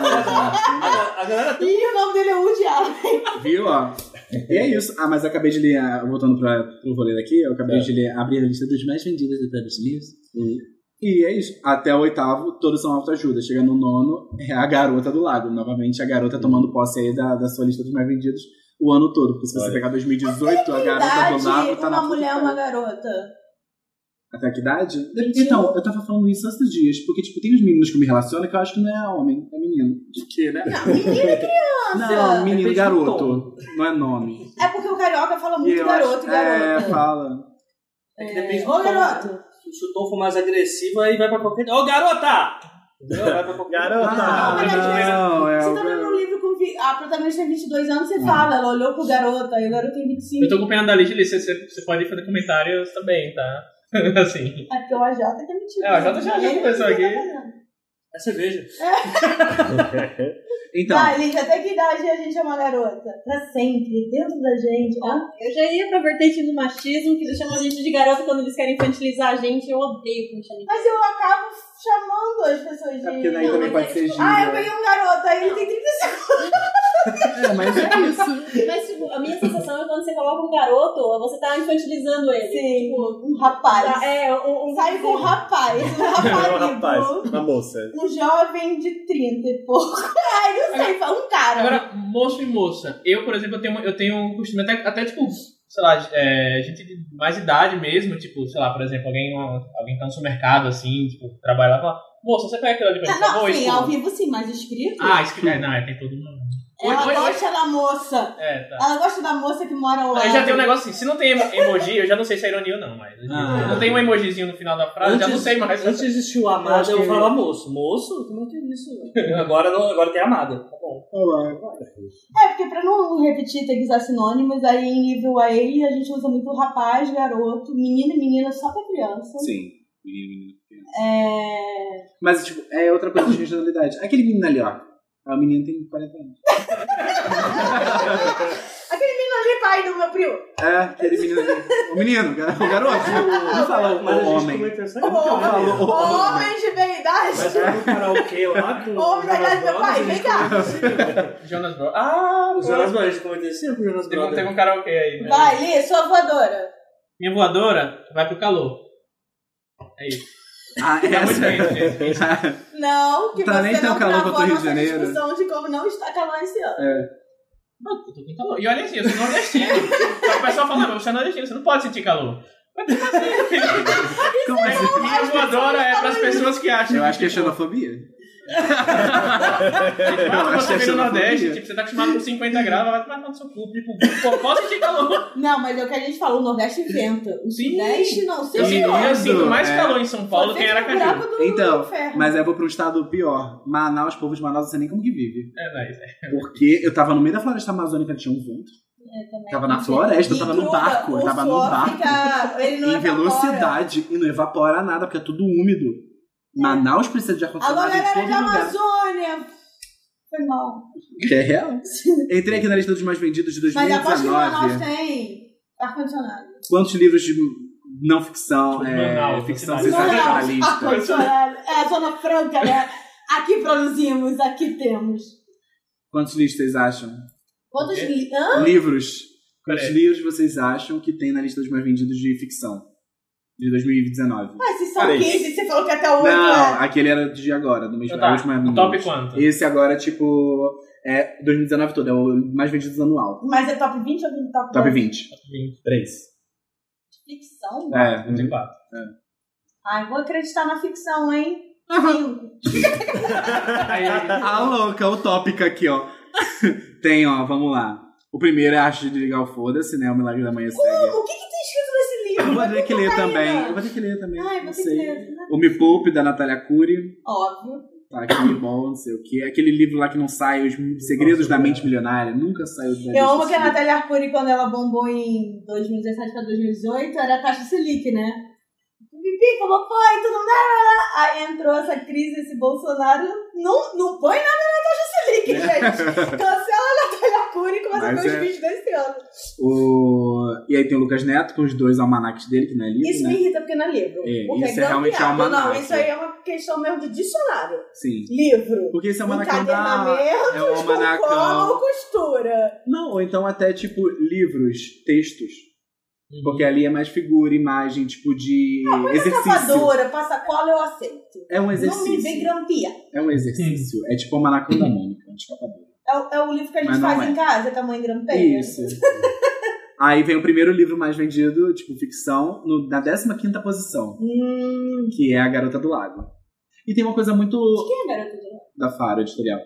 Speaker 5: A galera tem.
Speaker 1: E o nome dele é Woody Allen.
Speaker 2: Viu, ó? E é isso. Ah, mas eu acabei de ler, a- voltando pra, pro rolê daqui, eu acabei
Speaker 3: É.
Speaker 2: de ler, abrir a lista dos mais vendidos da Travis News. E é isso. Até o oitavo, todos são autoajuda. Chega no nono, é a Garota do Lago. Novamente, a garota tomando posse aí da, da sua lista dos mais vendidos o ano todo. Porque se você
Speaker 3: Olha.
Speaker 2: pegar dois mil e dezoito, a Garota do Lago tá na
Speaker 1: uma
Speaker 2: puta
Speaker 1: mulher,
Speaker 2: que
Speaker 1: uma
Speaker 2: pariu.
Speaker 1: garota.
Speaker 2: Até que idade?
Speaker 1: vinte e um.
Speaker 2: Então, eu tava falando isso esses dias. Porque, tipo, tem uns meninos que eu me relaciono que eu acho que não é homem, é menino. De quê, né?
Speaker 1: Não, menina e criança.
Speaker 2: Não, menino
Speaker 5: Depende do
Speaker 2: garoto. Não é nome.
Speaker 1: É porque o carioca fala
Speaker 2: E
Speaker 1: muito
Speaker 2: eu
Speaker 1: garoto e
Speaker 2: acho- É,
Speaker 1: garota.
Speaker 2: fala.
Speaker 5: É que depende do
Speaker 1: Ô,
Speaker 5: tom.
Speaker 1: garoto.
Speaker 5: Se o tom for mais agressivo, aí vai pra qualquer. Ô, garota! Entendeu? Vai pra qualquer.
Speaker 3: Garota!
Speaker 2: Ah,
Speaker 1: mas às vezes
Speaker 2: não, é
Speaker 1: Você
Speaker 2: o
Speaker 1: tá vendo
Speaker 2: garoto.
Speaker 1: um livro com... vi- A protagonista tem vinte e dois anos, você fala. Ela olhou pro garoto, aí o garoto tem vinte e cinco.
Speaker 4: Eu tô acompanhando a lista ali, você, você você pode fazer comentários também, tá? Assim.
Speaker 1: É porque o A J que é mentira.
Speaker 4: É, o A J já- já
Speaker 1: Ele
Speaker 4: começou
Speaker 1: não
Speaker 4: aqui.
Speaker 1: tá fazendo.
Speaker 5: É cerveja.
Speaker 2: Então,
Speaker 1: Vai, Liz, até que idade a gente é uma garota? Pra sempre, dentro da gente. Ó.
Speaker 6: Eu já ia pra vertente do machismo, que chamam a gente de garota quando eles querem infantilizar a gente. Eu odeio que me chamem.
Speaker 1: Mas eu acabo chamando as pessoas de...
Speaker 2: é porque daí
Speaker 6: Não,
Speaker 2: também
Speaker 6: mas
Speaker 2: pode
Speaker 6: é,
Speaker 2: ser
Speaker 6: tipo,
Speaker 2: gíria.
Speaker 1: Ah, eu peguei um garoto, aí ele tem trinta segundos.
Speaker 2: É, mas é isso.
Speaker 6: Mas, tipo, a minha sensação é quando você coloca um garoto, você tá infantilizando ele.
Speaker 1: Sim,
Speaker 6: Tipo,
Speaker 1: um rapaz.
Speaker 6: tá- é, um, um
Speaker 1: Sai com um rapaz, um
Speaker 3: É um
Speaker 1: rapaz,
Speaker 3: rapaz, uma moça.
Speaker 1: um jovem de trinta e pouco. Ai, não sei, fala um cara.
Speaker 4: Agora, moço e moça. Eu, por exemplo, eu tenho, eu tenho um costume, até, até tipo, sei lá, é, gente de mais idade mesmo, tipo, sei lá, por exemplo, alguém, alguém tá no supermercado, assim, tipo, trabalha lá e fala, moça, você pega aquilo ali pra mim, por
Speaker 1: não,
Speaker 4: favor?
Speaker 1: sim,
Speaker 4: Tipo,
Speaker 1: ao vivo sim, mas escrito.
Speaker 4: Ah, escrito. É, não, é, tem todo mundo.
Speaker 1: Ela
Speaker 4: Oi, oi, oi.
Speaker 1: gosta da moça.
Speaker 4: É, tá.
Speaker 1: Ela gosta da moça que mora ao lado.
Speaker 4: Aí já tem um negócio assim, se não tem emo- emoji, eu já não sei se é ironia ou não, mas.
Speaker 2: Ah.
Speaker 4: Não tem um emojizinho no final da frase, eu já não sei mais.
Speaker 5: Antes existia o
Speaker 2: Eu
Speaker 5: amada,
Speaker 2: acho
Speaker 5: eu,
Speaker 2: que-
Speaker 5: falava moço. Moço? Não tem isso. Agora, não, agora tem amada. Tá bom.
Speaker 1: É, porque pra não repetir, tem que usar sinônimos, aí em livro A I a gente usa muito rapaz, garoto, menino e menina só pra criança.
Speaker 2: Sim. Menino, menino, criança.
Speaker 1: É...
Speaker 2: Mas, tipo, é outra coisa de regionalidade. Aquele menino ali, ó. O menino tem quarenta anos.
Speaker 1: Aquele menino ali, pai do meu primo.
Speaker 2: É, aquele menino ali. O menino, o garoto. Não fala o
Speaker 5: Mas a gente
Speaker 2: homem.
Speaker 5: comentou isso
Speaker 1: Ô,
Speaker 5: aqui. Não falou.
Speaker 1: Homem de meia idade.
Speaker 5: Mas eu fui no karaokê lá com
Speaker 1: Homem da idade do meu pai, vem cá.
Speaker 4: Jonas Brothers. Ah,
Speaker 5: O Jonas Brothers, a gente comentou isso com o Jonas
Speaker 4: teve um, teve
Speaker 5: Brothers.
Speaker 4: um karaokê aí. Né?
Speaker 1: Vai, Lê, sua voadora.
Speaker 4: Minha voadora vai pro calor. É isso.
Speaker 2: Ah,
Speaker 4: Tá muito bem,
Speaker 2: essa.
Speaker 4: gente.
Speaker 1: Não, que
Speaker 2: Tá
Speaker 1: você
Speaker 2: nem tão
Speaker 1: não
Speaker 2: calor
Speaker 1: travou
Speaker 2: quanto o
Speaker 1: a
Speaker 2: Rio de
Speaker 1: nossa
Speaker 2: Janeiro.
Speaker 1: discussão de como não está calor esse ano.
Speaker 2: É.
Speaker 4: Não, eu tô com calor. E olha assim, eu sou nordestino. Só que o pessoal fala, mas você é nordestino, você não pode sentir calor. Mas como assim?
Speaker 2: Como assim?
Speaker 4: Minha voadora é pras pessoas que acham.
Speaker 2: Eu acho que é
Speaker 4: tipo,
Speaker 2: xenofobia.
Speaker 4: Mas você vem no Nordeste,
Speaker 2: xenofobia.
Speaker 4: tipo, você tá acostumado com cinquenta graus, vai tomar no seu cu. Tipo, posso sentir calor.
Speaker 1: Não, mas é o que a gente falou, o Nordeste venta. O
Speaker 4: Sim.
Speaker 1: Sudeste não,
Speaker 4: Eu,
Speaker 1: sei
Speaker 4: sinto-
Speaker 1: lá.
Speaker 4: eu sinto mais
Speaker 2: é.
Speaker 4: calor em São Paulo que em Aracaju.
Speaker 2: Então, mas eu vou pra um estado pior. Manaus, o povo de Manaus, não sei nem como que vive.
Speaker 4: É, mas... é.
Speaker 2: Porque eu tava no meio da floresta amazônica, tinha um vento. Tava na floresta, eu tava no barco, eu tava no barco.
Speaker 1: Fica, ele não
Speaker 2: Em
Speaker 1: evapora.
Speaker 2: velocidade e não evapora nada, porque é tudo úmido. Manaus precisa de
Speaker 1: Alô,
Speaker 2: ar-condicionado em
Speaker 1: galera
Speaker 2: todo
Speaker 1: de
Speaker 2: lugar.
Speaker 1: Amazônia! Foi mal.
Speaker 2: É real. Entrei aqui na lista dos mais vendidos de
Speaker 1: Mas aposto que Manaus
Speaker 2: dois mil e dezenove.
Speaker 1: tem ar-condicionado.
Speaker 2: Quantos livros de não ficção,
Speaker 4: Tipo,
Speaker 2: é,
Speaker 4: Manaus,
Speaker 2: ficção
Speaker 4: cidade.
Speaker 2: sensacionalista?
Speaker 1: ar-condicionado. É a Zona Franca, né? Aqui produzimos, aqui temos.
Speaker 2: Quantos livros vocês acham?
Speaker 1: Quantos
Speaker 4: quê?
Speaker 1: livros? Hã?
Speaker 2: Livros. Quantos
Speaker 4: Peraí.
Speaker 2: livros vocês acham que tem na lista dos mais vendidos de ficção? De dois mil e dezenove.
Speaker 1: Mas se são
Speaker 3: Peraí.
Speaker 1: quinze, você falou que até oito
Speaker 2: Não,
Speaker 1: é.
Speaker 2: aquele era de agora, do mês
Speaker 4: Então tá,
Speaker 2: a última
Speaker 4: o top quanto?
Speaker 2: Esse agora, tipo, é dois mil e dezenove todo, é o mais vendido anual.
Speaker 1: Mas é top vinte ou top
Speaker 2: Top
Speaker 1: dez?
Speaker 2: vinte.
Speaker 3: Três.
Speaker 1: Ficção?
Speaker 2: É.
Speaker 4: De quatro.
Speaker 1: Ai, vou acreditar na ficção, hein? Cinco.
Speaker 4: Aí,
Speaker 2: A louca, o tópico aqui, ó. Tem, ó, vamos lá. O primeiro é a Arte de Ligar o Foda-se, né? O Milagre da Manhã Segue.
Speaker 1: O que, que tem escrito nesse livro?
Speaker 2: Eu vou
Speaker 1: Vai
Speaker 2: ter que ler
Speaker 1: cocaína.
Speaker 2: também. Eu vou ter que ler também.
Speaker 1: Ai,
Speaker 2: não
Speaker 1: vou ter que
Speaker 2: sei.
Speaker 1: ler.
Speaker 2: O Me Poupe, da Natália Cury.
Speaker 1: Óbvio.
Speaker 2: Tá, aquele bom, não sei o quê. Aquele livro lá que não sai, Os Segredos da Mente Milionária. Nunca saiu da
Speaker 1: Eu amo
Speaker 2: lista,
Speaker 1: que a
Speaker 2: assim.
Speaker 1: Natália Arcuri, quando ela bombou em dois mil e dezessete para dois mil e dezoito, era a taxa Selic, né? Pipi, como foi? Tudo bem? Aí entrou essa crise, esse Bolsonaro. Não, não põe nada na taxa Selic, gente. Cancela a Natália Arcuri e começa a
Speaker 2: Mas
Speaker 1: ver os
Speaker 2: é.
Speaker 1: vídeos desse ano.
Speaker 2: O... E aí tem o Lucas Neto com os dois almanacs dele, que não é livro,
Speaker 1: Isso
Speaker 2: né?
Speaker 1: me irrita porque não é livro.
Speaker 2: É,
Speaker 1: porque
Speaker 2: isso é
Speaker 1: é
Speaker 2: realmente
Speaker 1: grampeado.
Speaker 2: almanac.
Speaker 1: Não, isso aí é uma questão mesmo de dicionário.
Speaker 2: Sim.
Speaker 1: Livro.
Speaker 2: Porque esse almanacão da...
Speaker 1: Encadernamentos
Speaker 2: É o
Speaker 1: com cola
Speaker 2: almanacão...
Speaker 1: ou costura.
Speaker 2: Não, ou então até, tipo, livros, textos. Porque ali é mais figura, imagem, tipo de exercício.
Speaker 1: Cavadora, passa cola, eu aceito.
Speaker 2: É um
Speaker 1: Não me vem
Speaker 2: exercício.
Speaker 1: grampear.
Speaker 2: É um exercício. É tipo o Almanacão da Mônica, anti-capadora.
Speaker 1: É, o- é o livro que a gente
Speaker 2: Mas não
Speaker 1: faz
Speaker 2: é.
Speaker 1: em casa, que a mãe grampeia.
Speaker 2: Isso. Aí vem o primeiro livro mais vendido, tipo ficção, no, na décima quinta posição,
Speaker 1: Hum.
Speaker 2: que é A Garota do Lago. E tem uma coisa muito
Speaker 1: Quem é garota do lago?
Speaker 2: da Faro Editorial.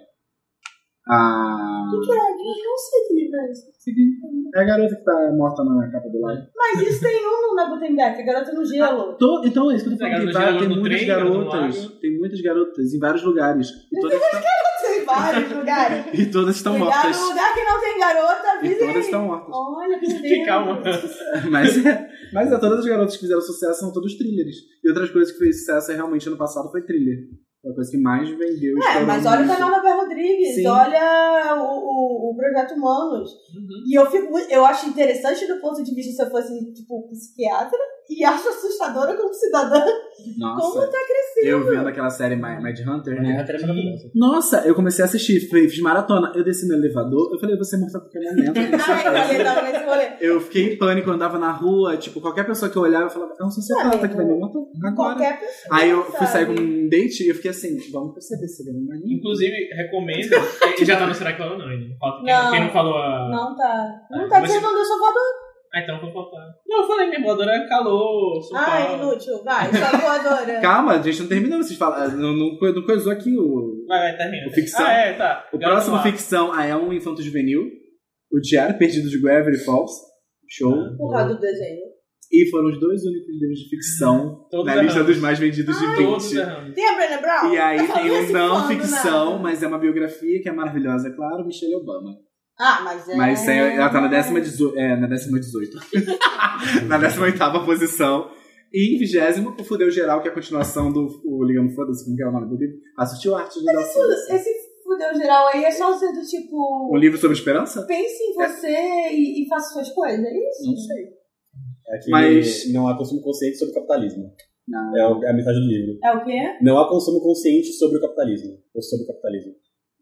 Speaker 2: A...
Speaker 1: O que é? Eu não sei que livro é esse.
Speaker 2: É a garota que tá morta na capa do lago.
Speaker 1: Mas isso tem um na Gutenberg, a garota no gelo.
Speaker 2: Tô- então é isso que eu tô
Speaker 4: Tem
Speaker 2: falando. Tem,
Speaker 4: garota
Speaker 2: várias- tem
Speaker 4: no
Speaker 2: muitas
Speaker 4: trem, garota no
Speaker 2: garotas.
Speaker 4: lago.
Speaker 2: Tem muitas garotas em vários lugares. E todas estão,
Speaker 1: Tem vários lugares.
Speaker 2: e todas estão
Speaker 1: Cuidado
Speaker 2: mortas.
Speaker 1: no lugar que não tem garota,
Speaker 2: E
Speaker 1: avisa
Speaker 2: todas
Speaker 1: aí.
Speaker 2: estão mortas.
Speaker 1: Olha, que
Speaker 4: Que
Speaker 1: Deus.
Speaker 4: calma.
Speaker 2: Mas, é, mas é, todas as garotas que fizeram sucesso são todos thrillers. E outras coisas que fez sucesso realmente ano passado foi thriller. Foi a coisa que mais vendeu.
Speaker 1: É,
Speaker 2: estourou
Speaker 1: mas olha o
Speaker 2: muito.
Speaker 1: canal da Bé Rodrigues,
Speaker 2: Sim.
Speaker 1: olha o, o, o Projeto Humanos. E eu, fico, muito- eu acho interessante do ponto de vista se eu fosse, tipo, psiquiatra, e acho assustadora como cidadã,
Speaker 2: Nossa,
Speaker 1: como tá crescendo.
Speaker 2: eu vendo aquela série Mad Mad Hunter, né?
Speaker 3: É maravilhoso.
Speaker 2: Nossa, eu comecei a assistir, fui- fiz maratona. Eu desci no elevador, eu falei, você morta a qualquer momento. eu não sei o
Speaker 1: Ai,
Speaker 2: que.
Speaker 1: eu falei, tava nesse rolê.
Speaker 2: Eu fiquei em pânico, eu andava na rua, tipo, qualquer pessoa que eu olhava, eu falava, é um sociopata que vai me matar agora.
Speaker 1: Qualquer pessoa.
Speaker 2: Aí eu fui
Speaker 1: sabe?
Speaker 2: sair com um date e eu fiquei assim, vamos perceber se ele é um maninho.
Speaker 4: Inclusive, recomendo. E já tá no Será que Falou não, ainda. Falta quem
Speaker 1: Não.
Speaker 4: quem não falou a.
Speaker 1: Não tá. Não
Speaker 4: Ah,
Speaker 1: tá
Speaker 4: mas-
Speaker 1: dizendo onde eu sou voadora.
Speaker 4: Ah, então vou faltar. Não, eu falei, minha voadora é calor, São
Speaker 1: Ai,
Speaker 4: Paulo.
Speaker 1: inútil. Vai, sou voadora.
Speaker 2: Calma, a gente não terminou, vocês falam, não, não, co- não coisou aqui o...
Speaker 4: Vai, vai, termina.
Speaker 2: O ficção.
Speaker 4: Ah, é, tá.
Speaker 2: O
Speaker 4: Garota
Speaker 2: próximo
Speaker 4: no Lago.
Speaker 2: ficção ah, é um infanto juvenil, O Diário Perdido de Gravity Falls, show.
Speaker 1: Por causa do desenho.
Speaker 2: E foram os dois únicos livros de ficção
Speaker 4: Todos
Speaker 2: na lista
Speaker 4: erramos.
Speaker 2: dos mais vendidos de
Speaker 4: Todos
Speaker 2: vinte.
Speaker 4: erramos.
Speaker 1: Tem a Brené Brown?
Speaker 2: E aí
Speaker 1: Eu
Speaker 2: tem
Speaker 1: não
Speaker 2: o
Speaker 1: sei
Speaker 2: não
Speaker 1: quando,
Speaker 2: ficção,
Speaker 1: nada.
Speaker 2: mas é uma biografia que é maravilhosa, é claro, Michelle Obama.
Speaker 1: Ah, mas é...
Speaker 2: Mas é, ela tá na décima dezoito. É, na décima dezoito. Na décima oitava posição. E em vigésimo, o Fudeu Geral, que é a continuação do o Ligando Foda-se, como que é o nome do livro? Assistiu a Arte de Dar Foda-se.
Speaker 1: Esse fudeu geral aí é só ser do tipo...
Speaker 2: Um livro sobre esperança?
Speaker 1: Pense em você e, e faça suas coisas, é isso?
Speaker 2: Não sei.
Speaker 3: É que
Speaker 2: Mas-
Speaker 3: não há consumo consciente sobre o capitalismo.
Speaker 2: Não.
Speaker 3: É o- é a mensagem do livro.
Speaker 1: É o quê?
Speaker 3: Não há consumo consciente sobre o capitalismo. Ou sobre o capitalismo.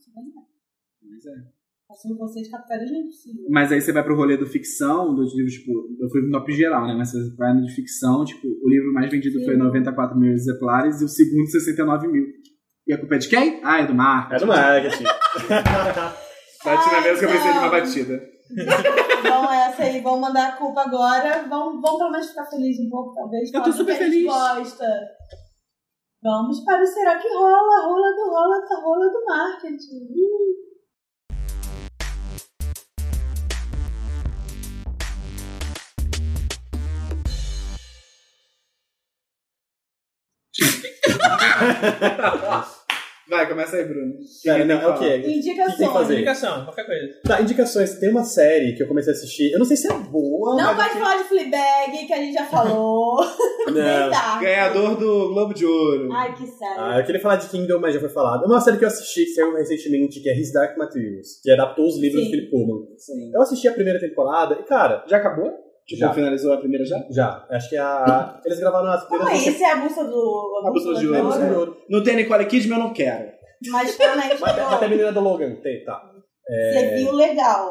Speaker 2: Mas é.
Speaker 1: Assim, vocês de capitalismo é impossível.
Speaker 2: Mas aí você vai pro rolê do ficção, dos livros, tipo, eu fui no top geral, né? Mas você vai no de ficção, tipo, o livro mais vendido foi noventa e quatro mil exemplares e o segundo sessenta e nove mil. E a culpa é de quem? Ah, é do Marco.
Speaker 3: É do marketing.
Speaker 2: Bati na mesa que eu pensei de uma
Speaker 1: não.
Speaker 2: batida.
Speaker 1: Então essa aí, vamos mandar a culpa agora. Vamos, vamos pelo menos ficar felizes um pouco, talvez.
Speaker 2: Eu tô
Speaker 1: falar do
Speaker 2: super
Speaker 1: que a gente
Speaker 2: feliz.
Speaker 1: gosta. Vamos para o Será que Rola, rola do rola, tá rola do marketing. Hum.
Speaker 2: Vai, começa aí, Bruno.
Speaker 3: Cara, não, é o quê?
Speaker 1: Indicações.
Speaker 3: O que tem que fazer?
Speaker 4: Indicação, qualquer coisa.
Speaker 3: Tá, indicações. Tem uma série que eu comecei a assistir. Eu não sei se é boa.
Speaker 1: Não
Speaker 3: mas
Speaker 1: pode
Speaker 3: eu
Speaker 1: falar de Fleabag, que a gente já falou.
Speaker 3: Não.
Speaker 1: Nem dá.
Speaker 2: Ganhador do Globo de Ouro.
Speaker 1: Ai, que sério.
Speaker 3: Ah, eu queria falar de Kingdom, mas já foi falado. É uma série que eu assisti, que saiu recentemente, que é His Dark Materials, que adaptou os livros
Speaker 1: Sim.
Speaker 3: do Philip Pullman.
Speaker 2: Sim.
Speaker 3: Eu assisti a primeira temporada e, cara,
Speaker 2: Já acabou? Tipo,
Speaker 3: Já.
Speaker 2: finalizou a primeira já?
Speaker 3: já. Acho que a... Eles gravaram as
Speaker 1: Como
Speaker 3: primeiras
Speaker 1: é? Esse é a bússola do...
Speaker 2: A bússola de
Speaker 3: É,
Speaker 2: ouro.
Speaker 3: Bússola de Ouro.
Speaker 2: Não tem Nicole Kidman, eu não quero.
Speaker 1: Mas tá na
Speaker 3: Mas até a
Speaker 1: H B O.
Speaker 3: menina do Logan. Tem, tá.
Speaker 1: Você viu legal.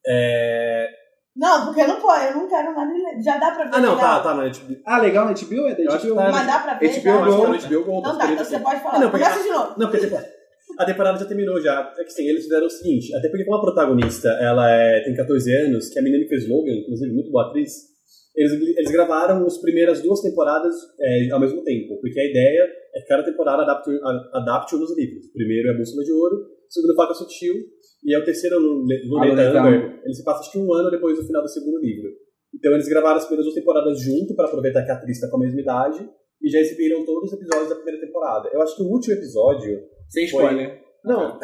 Speaker 3: É...
Speaker 1: Não, porque eu não pode, eu não quero nada de... Já dá pra ver
Speaker 3: Ah, não,
Speaker 1: legal.
Speaker 3: tá, tá. Na H B O.
Speaker 2: Ah, legal, na H B O? É da
Speaker 3: Eu
Speaker 2: H
Speaker 3: acho
Speaker 2: B O?
Speaker 3: que tá.
Speaker 1: Mas dá pra ver
Speaker 2: H B O
Speaker 1: já?
Speaker 3: Eu acho que tá no
Speaker 2: Go.
Speaker 3: H B O Go.
Speaker 1: Então tá, então você pode falar.
Speaker 3: Ah, não, porque-
Speaker 1: Começa de novo.
Speaker 3: Não, porque tipo, a temporada já terminou já. É que sim, eles fizeram o seguinte, até porque como a protagonista, ela é, tem catorze anos, que é a menina que fez Logan, inclusive, muito boa atriz, eles, eles gravaram as primeiras duas temporadas é, ao mesmo tempo, porque a ideia é que cada temporada adapte, a- adapte um dos livros. O primeiro é a Bússola de Ouro, o segundo Faca Sutil, e é o terceiro, Luneta
Speaker 2: Luneta
Speaker 3: Amber, ele se passa acho que um ano depois do final do segundo livro. Então eles gravaram as primeiras duas temporadas junto, para aproveitar que a atriz está com a mesma idade, e já exibiram todos os episódios da primeira temporada. Eu acho que o último episódio...
Speaker 2: Sem
Speaker 3: Foi.
Speaker 2: spoiler.
Speaker 3: Não,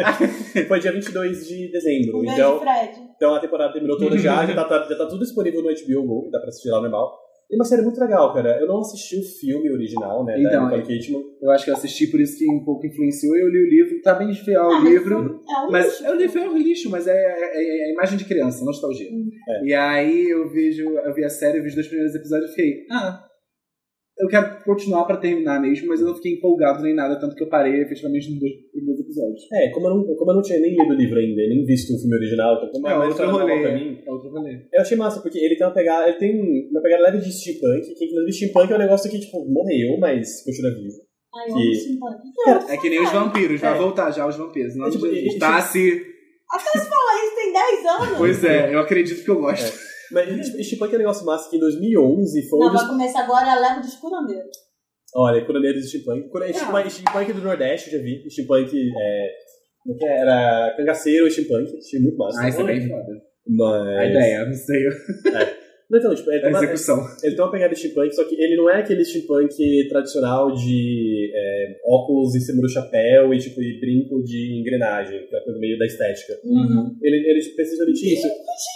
Speaker 3: foi dia vinte e dois de dezembro.
Speaker 1: Um beijo,
Speaker 3: Então,
Speaker 1: Fred.
Speaker 3: então a temporada terminou toda já, já tá, já tá tudo disponível no H B O Go, dá pra assistir lá normal. E uma série muito legal, cara. Eu não assisti o filme original, né,
Speaker 2: Então,
Speaker 3: da
Speaker 2: é.
Speaker 3: Nicole Kidman.
Speaker 2: Eu acho que eu assisti, por isso que um pouco influenciou. Eu li o livro, tá bem fiel ao
Speaker 1: Ah, mas
Speaker 2: livro.
Speaker 1: É um
Speaker 2: Mas
Speaker 1: lixo.
Speaker 2: eu li foi um lixo, mas é, é, é a imagem de criança, nostalgia.
Speaker 3: É.
Speaker 2: E aí eu vejo, eu vi a série, eu vi os dois primeiros episódios e fiquei, ah, eu quero continuar pra terminar mesmo, mas eu não fiquei empolgado nem nada, tanto que eu parei efetivamente nos dois primeiros episódios.
Speaker 3: É, como eu, não, como eu não tinha nem lido o livro ainda, e nem visto o filme original, então como
Speaker 2: É,
Speaker 3: é uma
Speaker 2: outro
Speaker 3: história nova
Speaker 2: rolê.
Speaker 3: pra mim,
Speaker 2: É outro rolê.
Speaker 3: eu achei massa, porque ele tem uma pegada, ele tem uma pegada leve de steampunk, que inclusive steampunk é um negócio que, tipo, morreu, mas continua vivo.
Speaker 1: Ai, eu
Speaker 3: que-
Speaker 1: amo simpático.
Speaker 2: É que nem os vampiros, vai
Speaker 3: É.
Speaker 2: voltar já os vampiros. Não,
Speaker 3: É, tipo,
Speaker 2: Jesus.
Speaker 3: e-
Speaker 2: Tá se...
Speaker 1: Até se falar isso tem dez anos.
Speaker 2: Pois é, eu acredito que eu gosto.
Speaker 3: Mas tipo, steampunk é um negócio massa que em dois mil e onze foi um
Speaker 1: Não,
Speaker 3: dos...
Speaker 1: vai começar agora a leva dos curandeiros.
Speaker 3: Olha, Coroneiros de Steampunk. Cura- Steampunk. Steampunk do Nordeste, eu já vi. Steampunk é... como é que é? Era cangaceiro e steampunk. Achei muito massa.
Speaker 2: Ah, isso é bem foda.
Speaker 3: Mas...
Speaker 2: A ideia, não sei,
Speaker 3: Não, então, tipo, ele
Speaker 2: a
Speaker 3: tem, uma,
Speaker 2: execução.
Speaker 3: ele tem uma pegada de steampunk, só que ele não é aquele steampunk tradicional de é, óculos em cima do chapéu e, tipo, e brinco de engrenagem, que é a coisa meio da estética.
Speaker 1: Uhum.
Speaker 3: Ele, ele precisa de isso.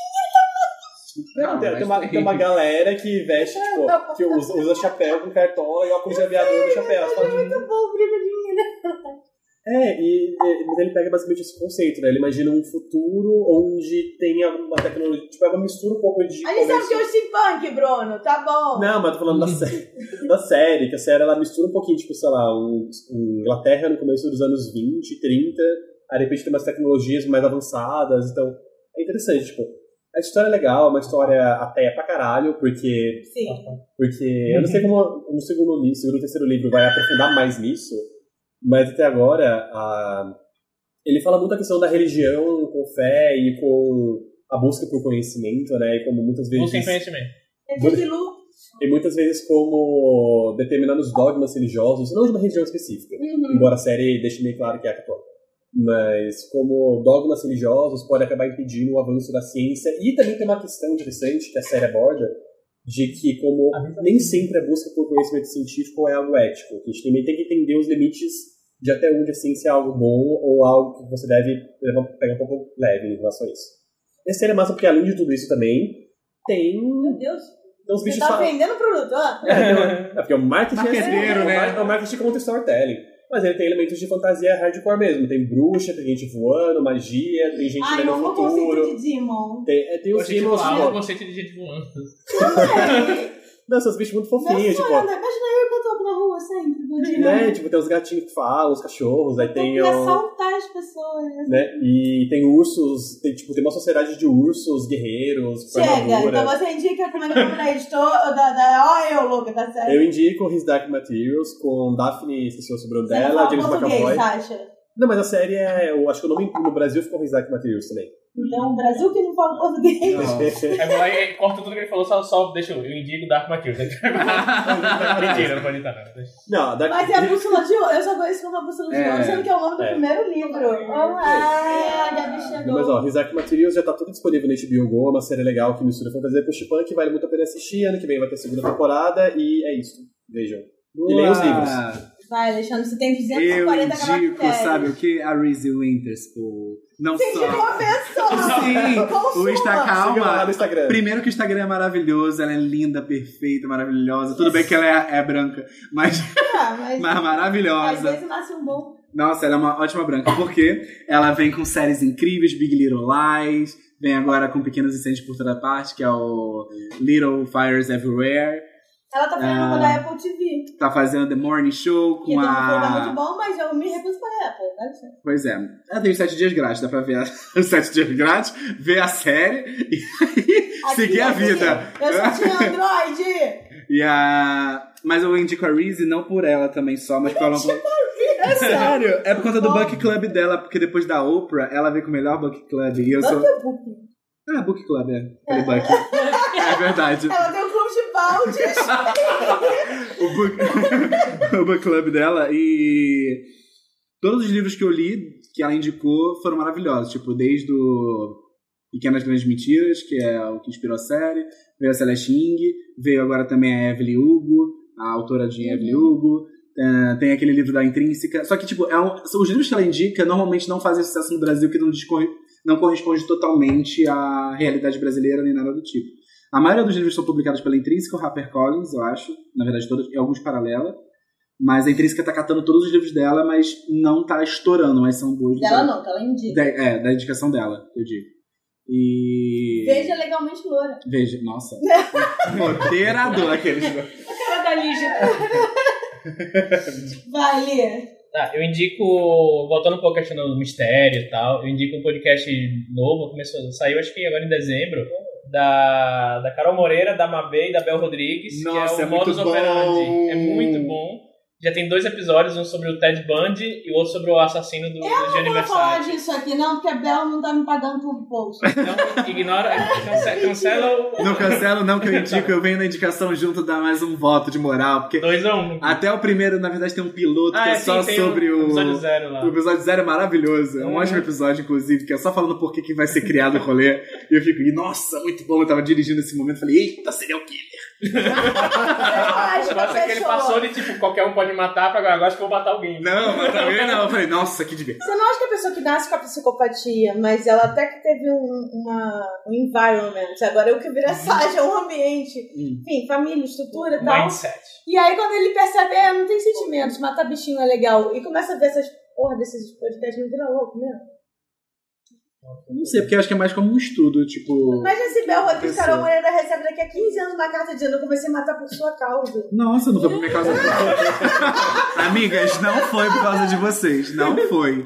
Speaker 3: Não, tem, tem, uma, tem uma galera que veste, tipo, que usa, usa chapéu com cartola e óculos de aviador no chapéu. Você fala,
Speaker 1: Muito bom, briga de menina.
Speaker 3: É, e, e- mas ele pega basicamente esse conceito, né? Ele imagina um futuro onde tem alguma tecnologia, tipo, é uma mistura um pouco de...
Speaker 1: A gente sabe que é o steampunk, Bruno. Tá bom.
Speaker 3: Não, mas eu tô falando da série, da série, que a série ela mistura um pouquinho, tipo, sei lá, um, um Inglaterra no começo dos anos vinte, trinta, aí de repente tem umas tecnologias mais avançadas, então é interessante, tipo, a história é legal, é uma história até pra caralho, porque,
Speaker 1: Sim.
Speaker 3: porque eu não sei como no segundo livro, segundo e terceiro livro vai aprofundar mais nisso, mas até agora a, ele fala muito a questão da religião com fé e com a busca por conhecimento, né, e como muitas vezes...
Speaker 4: Busquem conhecimento.
Speaker 1: É tudo de lu.
Speaker 3: E muitas vezes como determinados dogmas religiosos, não de uma religião específica,
Speaker 1: Uhum.
Speaker 3: embora a série deixe meio claro que é católica, mas como dogmas religiosos podem acabar impedindo o avanço da ciência. E também tem uma questão interessante que a série aborda, de que como nem sempre a busca por conhecimento científico é algo ético, que a gente também tem que entender os limites de até onde a ciência é algo bom ou algo que você deve levar- pegar um pouco leve em relação a isso. Essa série é massa porque além de tudo isso também tem...
Speaker 1: Meu Deus.
Speaker 3: tem uns
Speaker 1: Você
Speaker 3: bichos
Speaker 1: tá
Speaker 3: fa-
Speaker 1: vendendo produto, ó.
Speaker 3: é, é porque o marketing é
Speaker 2: Marqueteiro,
Speaker 3: assim,
Speaker 2: né?
Speaker 3: O o marketing conta storytelling. Mas ele tem elementos de fantasia hardcore mesmo. Tem bruxa, tem gente voando, magia, tem gente
Speaker 1: Ai,
Speaker 3: vendo
Speaker 1: não
Speaker 3: o
Speaker 1: vou conceito
Speaker 3: futuro.
Speaker 1: de Demon.
Speaker 3: Tem, é, tem
Speaker 4: Eu
Speaker 3: os
Speaker 4: achei que
Speaker 3: demons,
Speaker 4: falava o
Speaker 3: tipo,
Speaker 4: conceito de gente voando.
Speaker 3: não, são os bichos muito
Speaker 1: Meu
Speaker 3: fofinhos,
Speaker 1: sonho,
Speaker 3: tipo,
Speaker 1: André. Imagina eu que eu tô na rua sempre, do Demon.
Speaker 3: né? Tipo, tem os gatinhos que falam, os cachorros, aí
Speaker 1: Eu
Speaker 3: tem
Speaker 1: queria
Speaker 3: o...
Speaker 1: assaltar as pessoas.
Speaker 3: né? E tem ursos, tem, tipo, tem uma sociedade de ursos, guerreiros, com
Speaker 1: Chega,
Speaker 3: armadura.
Speaker 1: então você indica como é que eu vou pra editor da, da... Ó, eu, louca, tá certo.
Speaker 3: Eu indico His Dark Materials com Daphne, esqueci o sobrenome
Speaker 1: Você não
Speaker 3: dela,
Speaker 1: fala
Speaker 3: James
Speaker 1: português,
Speaker 3: McAvoy.
Speaker 1: Sasha.
Speaker 3: Não, mas a série é. Eu acho que o nome no Brasil ficou His Dark Materials também.
Speaker 1: Então, o Brasil que não fala português.
Speaker 4: Aí, aí corta tudo que ele falou, só, só deixa eu, eu indico Dark Maquille. Mentira, não pode editar não.
Speaker 3: Não, daqui...
Speaker 1: Mas é a Bússola de Ouro. Eu só conheço como a Bússola de Ouro,
Speaker 2: É.
Speaker 1: sendo que é o nome do
Speaker 3: É.
Speaker 1: primeiro livro. Olá, a Gabi chegou.
Speaker 3: Mas ó, His Dark Materials já tá tudo disponível no H B O Go, é uma série legal que mistura fantasia com steampunk, vale muito a pena assistir, ano que vem vai ter a segunda temporada e é isso, vejam. E leiam os livros.
Speaker 1: Vai, Alexandre, você tem duzentos e
Speaker 2: Eu
Speaker 1: quarenta
Speaker 2: indico,
Speaker 1: caracteres.
Speaker 2: sabe o que? A Reese Witherspoon. Não
Speaker 1: Você
Speaker 2: só.
Speaker 1: indicou a pessoa!
Speaker 2: Sim,
Speaker 1: Consuma.
Speaker 2: o Insta
Speaker 3: Siga lá
Speaker 2: calma.
Speaker 3: no Instagram.
Speaker 2: Primeiro que o Instagram é maravilhoso, ela é linda, perfeita, maravilhosa. Tudo bem que ela é, é branca, mas,
Speaker 1: Ah, mas,
Speaker 2: mas
Speaker 1: às
Speaker 2: maravilhosa.
Speaker 1: vezes nasce um bom.
Speaker 2: Nossa, ela é uma ótima branca, porque ela vem com séries incríveis, Big Little Lies, vem agora com Pequenos Incêndios por Toda Parte, que é o Little Fires Everywhere.
Speaker 1: Ela tá fazendo
Speaker 2: Ah.
Speaker 1: uma da Apple T V.
Speaker 2: Tá fazendo The Morning Show
Speaker 1: Que
Speaker 2: com
Speaker 1: é muito
Speaker 2: a...
Speaker 1: bom, mas eu me recuso pra Apple, dá licença.
Speaker 2: Pois é, ela tem os sete dias grátis, dá pra ver a- os sete dias grátis, ver a série e aí seguir a
Speaker 1: Aqui,
Speaker 2: vida.
Speaker 1: Eu só tinha Android!
Speaker 2: E a... Mas eu indico a Reese não por ela também só, mas por ela... É sério, é por conta do Book Club dela, porque depois da Oprah, ela veio com o melhor Book Club. E eu sou...
Speaker 1: Não tem book.
Speaker 2: Ah, Book Club, é. Falei Book. É verdade.
Speaker 1: Ela tem um clube de baldes.
Speaker 2: O book... o book Club dela e... Todos os livros que eu li, que ela indicou, foram maravilhosos. Tipo, desde o Pequenas Grandes Mentiras, que é o que inspirou a série. Veio a Celeste Ng. Veio agora também a Evelyn Hugo, a autora de
Speaker 1: Uhum.
Speaker 2: Evelyn Hugo. Uh, tem aquele livro da Intrínseca. Só que, tipo, é um, os livros que ela indica normalmente não fazem sucesso no Brasil, que não, discorre, não corresponde totalmente à realidade brasileira nem nada do tipo. A maioria dos livros são publicados pela Intrínseca ou HarperCollins, eu acho. Na verdade, todos, e alguns paralela. Mas a Intrínseca tá catando todos os livros dela, mas não tá estourando, mas são boas.
Speaker 1: Dela não, que ela indica.
Speaker 2: Da, é, da indicação dela, eu digo. E...
Speaker 1: Veja Legalmente Loura.
Speaker 2: Veja, nossa. Moderador aqueles.
Speaker 6: A cara da Lígia.
Speaker 1: Vai, Lê.
Speaker 4: Tá, eu indico, voltando um pouco a questão do mistério e tal, eu indico um podcast novo, começou, saiu acho que agora em dezembro, da, da Carol Moreira, da Mabê e da Bel Rodrigues,
Speaker 2: Nossa,
Speaker 4: que é
Speaker 2: é
Speaker 4: o
Speaker 2: muito
Speaker 4: Modus
Speaker 2: bom.
Speaker 4: Operandi. É muito bom. Já tem dois episódios, um sobre o Ted Bundy e o outro sobre o assassino do, do
Speaker 1: Eu não vou falar
Speaker 4: aniversário.
Speaker 1: disso aqui, não, porque a Bel não tá me pagando por post.
Speaker 4: Então, ignora, cancela, cancela o
Speaker 2: Não cancelo, não, que eu indico, eu venho na indicação junto dar mais um voto de moral, porque
Speaker 4: dois a um.
Speaker 2: até o primeiro, na verdade, tem um piloto
Speaker 4: Ah,
Speaker 2: que é,
Speaker 4: é, sim,
Speaker 2: só
Speaker 4: tem
Speaker 2: sobre
Speaker 4: o
Speaker 2: o.
Speaker 4: episódio zero lá.
Speaker 2: O episódio zero é maravilhoso. É um
Speaker 4: Uhum.
Speaker 2: ótimo episódio, inclusive, que é só falando por que que vai ser criado o rolê. E eu fico, e, nossa, muito bom. Eu tava dirigindo esse momento, falei, eita, serial killer.
Speaker 1: Eu acho
Speaker 4: O negócio é que ele passou de tipo, qualquer um pode matar, pra agora acho que eu vou matar alguém.
Speaker 2: Não, mas também não. Eu falei, nossa, que divertido.
Speaker 1: Você não acha que a pessoa que nasce com a psicopatia, mas ela até que teve um, uma, um environment, agora eu que vira Saja, um ambiente,
Speaker 2: Hum.
Speaker 1: enfim, família, estrutura e tal.
Speaker 4: Mindset.
Speaker 1: E aí quando ele percebe, é, não tem sentimentos, matar bichinho é legal, e começa a ver essas porra desses podcasts, não vira louco mesmo.
Speaker 2: Não sei, porque eu acho que é mais como um estudo, tipo.
Speaker 1: Imagina se Bel Rodrigues
Speaker 2: Pessoa.
Speaker 1: Carol Moreira recebe daqui a quinze anos uma carta dizendo eu comecei a matar por sua causa.
Speaker 2: Nossa, não foi por minha causa. Amigas, não foi por causa de vocês. Não foi.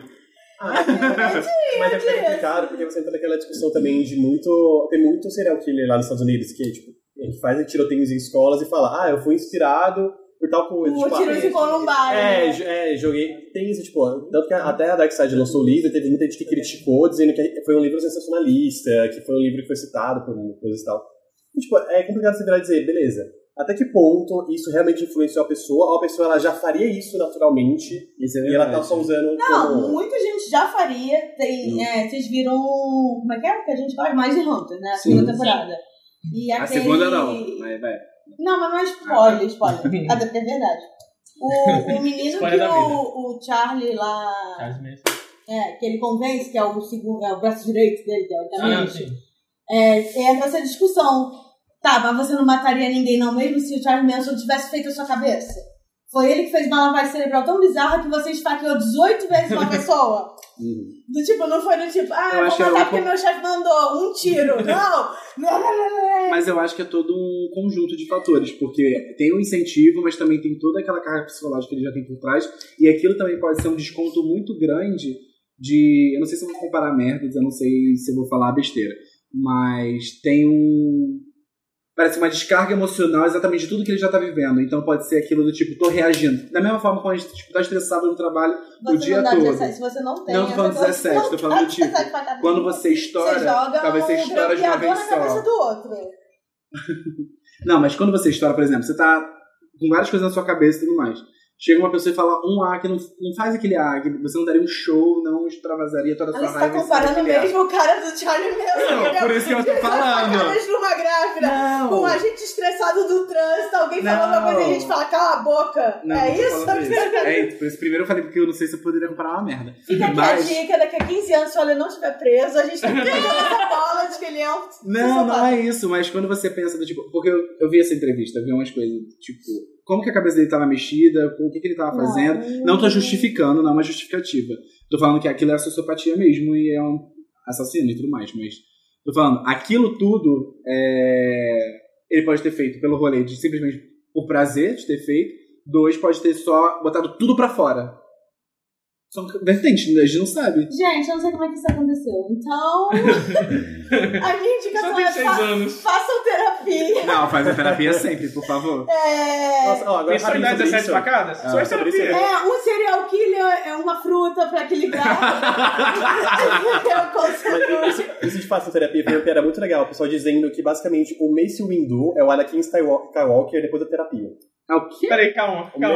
Speaker 3: Mas é complicado, porque você entra naquela discussão também de muito... Tem muito serial killer lá nos Estados Unidos que, tipo, que faz tiroteios em escolas e fala, ah, eu fui inspirado por tal coisa.
Speaker 1: O
Speaker 3: Tipo,
Speaker 1: tiro
Speaker 3: ah,
Speaker 1: de Columbine.
Speaker 3: É,
Speaker 1: né?
Speaker 3: jo- é, joguei. Tem isso, tipo, tanto que até a Darkseid lançou o livro, teve muita gente que criticou, dizendo que foi um livro sensacionalista, que foi um livro que foi citado por coisas e tal. E, tipo, é complicado você virar e dizer, beleza, até que ponto isso realmente influenciou a pessoa, ou a pessoa ela já faria isso naturalmente,
Speaker 2: Isso é
Speaker 3: e ela tá
Speaker 2: verdade.
Speaker 3: só usando
Speaker 1: Não,
Speaker 3: como...
Speaker 1: muita gente já faria. Tem,
Speaker 2: Hum.
Speaker 1: é, vocês viram. Como é que é? Que a gente faz mais de Hunter, né? A
Speaker 2: Sim.
Speaker 1: segunda temporada. E
Speaker 2: A
Speaker 1: aquele...
Speaker 2: segunda não. Mas, vai.
Speaker 1: Não, mas não é spoiler, spoiler. Até porque é verdade. O, o menino
Speaker 4: Spoiler
Speaker 1: que
Speaker 4: da vida.
Speaker 1: o, o Charlie lá.
Speaker 4: Faz mesmo.
Speaker 1: É, que ele convence, que é o segundo, é o braço direito dele,
Speaker 4: Ah, não,
Speaker 1: teoricamente.
Speaker 4: sim.
Speaker 1: É, entra essa discussão. Tá, mas você não mataria ninguém não, mesmo se o Charlie Manson tivesse feito a sua cabeça? Foi ele que fez uma lavagem cerebral tão bizarra que você esfaqueou dezoito vezes uma pessoa?
Speaker 2: Uhum.
Speaker 1: Do tipo, não foi do tipo, ah,
Speaker 2: Eu
Speaker 1: eu
Speaker 2: acho que
Speaker 1: vou
Speaker 2: é
Speaker 1: matar
Speaker 2: um
Speaker 1: porque
Speaker 2: pouco-
Speaker 1: meu chefe mandou um tiro. Não! Não, não, não, não.
Speaker 2: Mas eu acho que é todo um conjunto de fatores, porque tem o incentivo, mas também tem toda aquela carga psicológica que ele já tem por trás, e aquilo também pode ser um desconto muito grande de... Eu não sei se eu vou comparar merdas, eu não sei se eu vou falar besteira, mas tem um... parece uma descarga emocional exatamente de tudo que ele já tá vivendo. Então pode ser aquilo do tipo, tô reagindo. Da mesma forma quando a gente tipo, tá estressado no trabalho
Speaker 1: Você
Speaker 2: o dia
Speaker 1: não dá
Speaker 2: todo.
Speaker 1: dezessete, se você não tem.
Speaker 2: Não tô falando
Speaker 1: essa coisa,
Speaker 2: dezessete,
Speaker 1: não
Speaker 2: tô falando
Speaker 1: dá
Speaker 2: do tipo,
Speaker 1: dezessete pra cada
Speaker 2: quando
Speaker 1: um.
Speaker 2: você estoura,
Speaker 1: Você joga
Speaker 2: talvez você
Speaker 1: um
Speaker 2: estoura de uma
Speaker 1: grampeador
Speaker 2: vez
Speaker 1: na cabeça
Speaker 2: só.
Speaker 1: do outro.
Speaker 2: Não, mas quando você estoura, por exemplo, você tá com várias coisas na sua cabeça e tudo mais. Chega uma pessoa e fala um A que não, não faz aquele A, que você não daria um show, não extravasaria toda a sua
Speaker 1: Ela está
Speaker 2: raiva.
Speaker 1: comparando mesmo o cara do Charlie Manson.
Speaker 2: Não, por isso que eu tô falando.
Speaker 1: Caras numa grávida,
Speaker 2: Não.
Speaker 1: com a gente estressado do trânsito, alguém
Speaker 2: Não.
Speaker 1: falando uma coisa e a gente fala, cala a boca.
Speaker 2: Não,
Speaker 1: é
Speaker 2: não tô
Speaker 1: isso?
Speaker 2: falando isso. É, por isso, primeiro eu falei porque eu não sei se eu poderia comparar uma merda.
Speaker 1: Fica aqui
Speaker 2: Mas...
Speaker 1: a dica, daqui a quinze anos, se o Ale não estiver preso, a gente tá pegando essa bola de que ele é um...
Speaker 2: Não, não é isso, mas quando você pensa do tipo... Porque eu, eu vi essa entrevista, eu vi umas coisas, tipo... Como que a cabeça dele tava mexida, o que, que ele tava fazendo. Não, não tô justificando, não é uma justificativa. Tô falando que aquilo é sociopatia mesmo e é um assassino e tudo mais, mas... Tô falando, aquilo tudo, é... ele pode ter feito pelo rolê de simplesmente por prazer de ter feito. Dois, pode ter só botado tudo pra fora. São vertentes, a gente não sabe.
Speaker 1: Gente, eu não sei como é que isso aconteceu. Então, a minha indicação
Speaker 4: Só tem
Speaker 1: é
Speaker 4: seis
Speaker 1: fa
Speaker 4: anos.
Speaker 1: façam terapia.
Speaker 2: Não, faz a terapia sempre, por favor.
Speaker 1: É...
Speaker 3: Nossa, ó, agora
Speaker 4: Tem só
Speaker 3: rapidinho
Speaker 4: idade
Speaker 3: sobre
Speaker 4: dezessete
Speaker 3: isso.
Speaker 4: facadas?
Speaker 2: Ah,
Speaker 4: Só é
Speaker 3: sobre
Speaker 4: terapia.
Speaker 3: isso
Speaker 1: É, um serial killer é uma fruta pra equilibrar. Eu consigo.
Speaker 3: Mas isso, isso de faça terapia era muito legal. O pessoal dizendo que basicamente o Mace Windu é o Anakin Skywalker depois da terapia.
Speaker 2: É o quê?
Speaker 4: Peraí, calma, calma.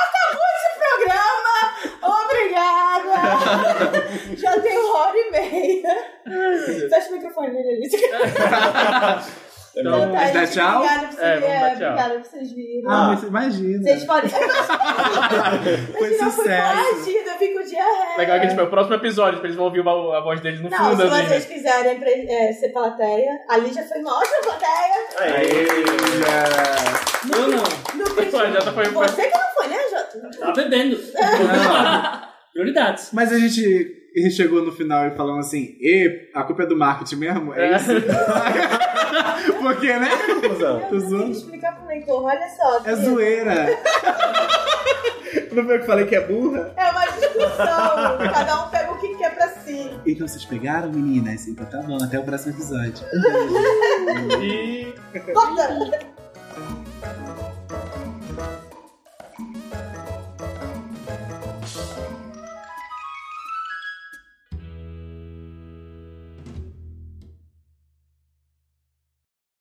Speaker 1: Programa, obrigada. Já tem uma hora e meia. Fecha o microfone dele ali.
Speaker 4: Então,
Speaker 1: Então tá,
Speaker 2: dá
Speaker 1: gente,
Speaker 2: tchau?
Speaker 1: obrigada por,
Speaker 4: É,
Speaker 1: vocês,
Speaker 4: vamos dar
Speaker 1: é,
Speaker 4: tchau.
Speaker 1: obrigada por vocês virem.
Speaker 2: Ah, mas imagina.
Speaker 1: Vocês podem.
Speaker 2: Foi
Speaker 1: Imagina, eu fui
Speaker 2: sucesso.
Speaker 1: coagida, eu fico diarreia.
Speaker 4: legal que tipo, é o próximo episódio, pra eles vão ouvir a, a voz deles no
Speaker 1: Não,
Speaker 4: fundo,
Speaker 1: se
Speaker 4: assim.
Speaker 1: vocês quiserem pre- é, ser plateia, a Lídia foi uma ótima plateia.
Speaker 3: Aê.
Speaker 5: Eu não.
Speaker 1: No
Speaker 4: Foi, já tá- foi- foi-
Speaker 1: Você que não foi, né, Jota?
Speaker 5: Tá bebendo.
Speaker 2: Não.
Speaker 5: Prioridades.
Speaker 2: Mas a gente chegou no final e falamos assim, e a culpa é do marketing mesmo? É,
Speaker 4: É.
Speaker 2: isso? Porque, né?
Speaker 3: Conclusão.
Speaker 2: Tô
Speaker 1: Eu tenho que
Speaker 2: zoando.
Speaker 1: explicar pro leitor, olha só.
Speaker 2: É
Speaker 1: querido.
Speaker 2: zoeira. Não foi eu que falei que é burra?
Speaker 1: É uma discussão. Cada um pega o que quer pra si.
Speaker 2: Então vocês pegaram, meninas? Então tá bom, até o próximo episódio.
Speaker 4: E...
Speaker 1: Corta!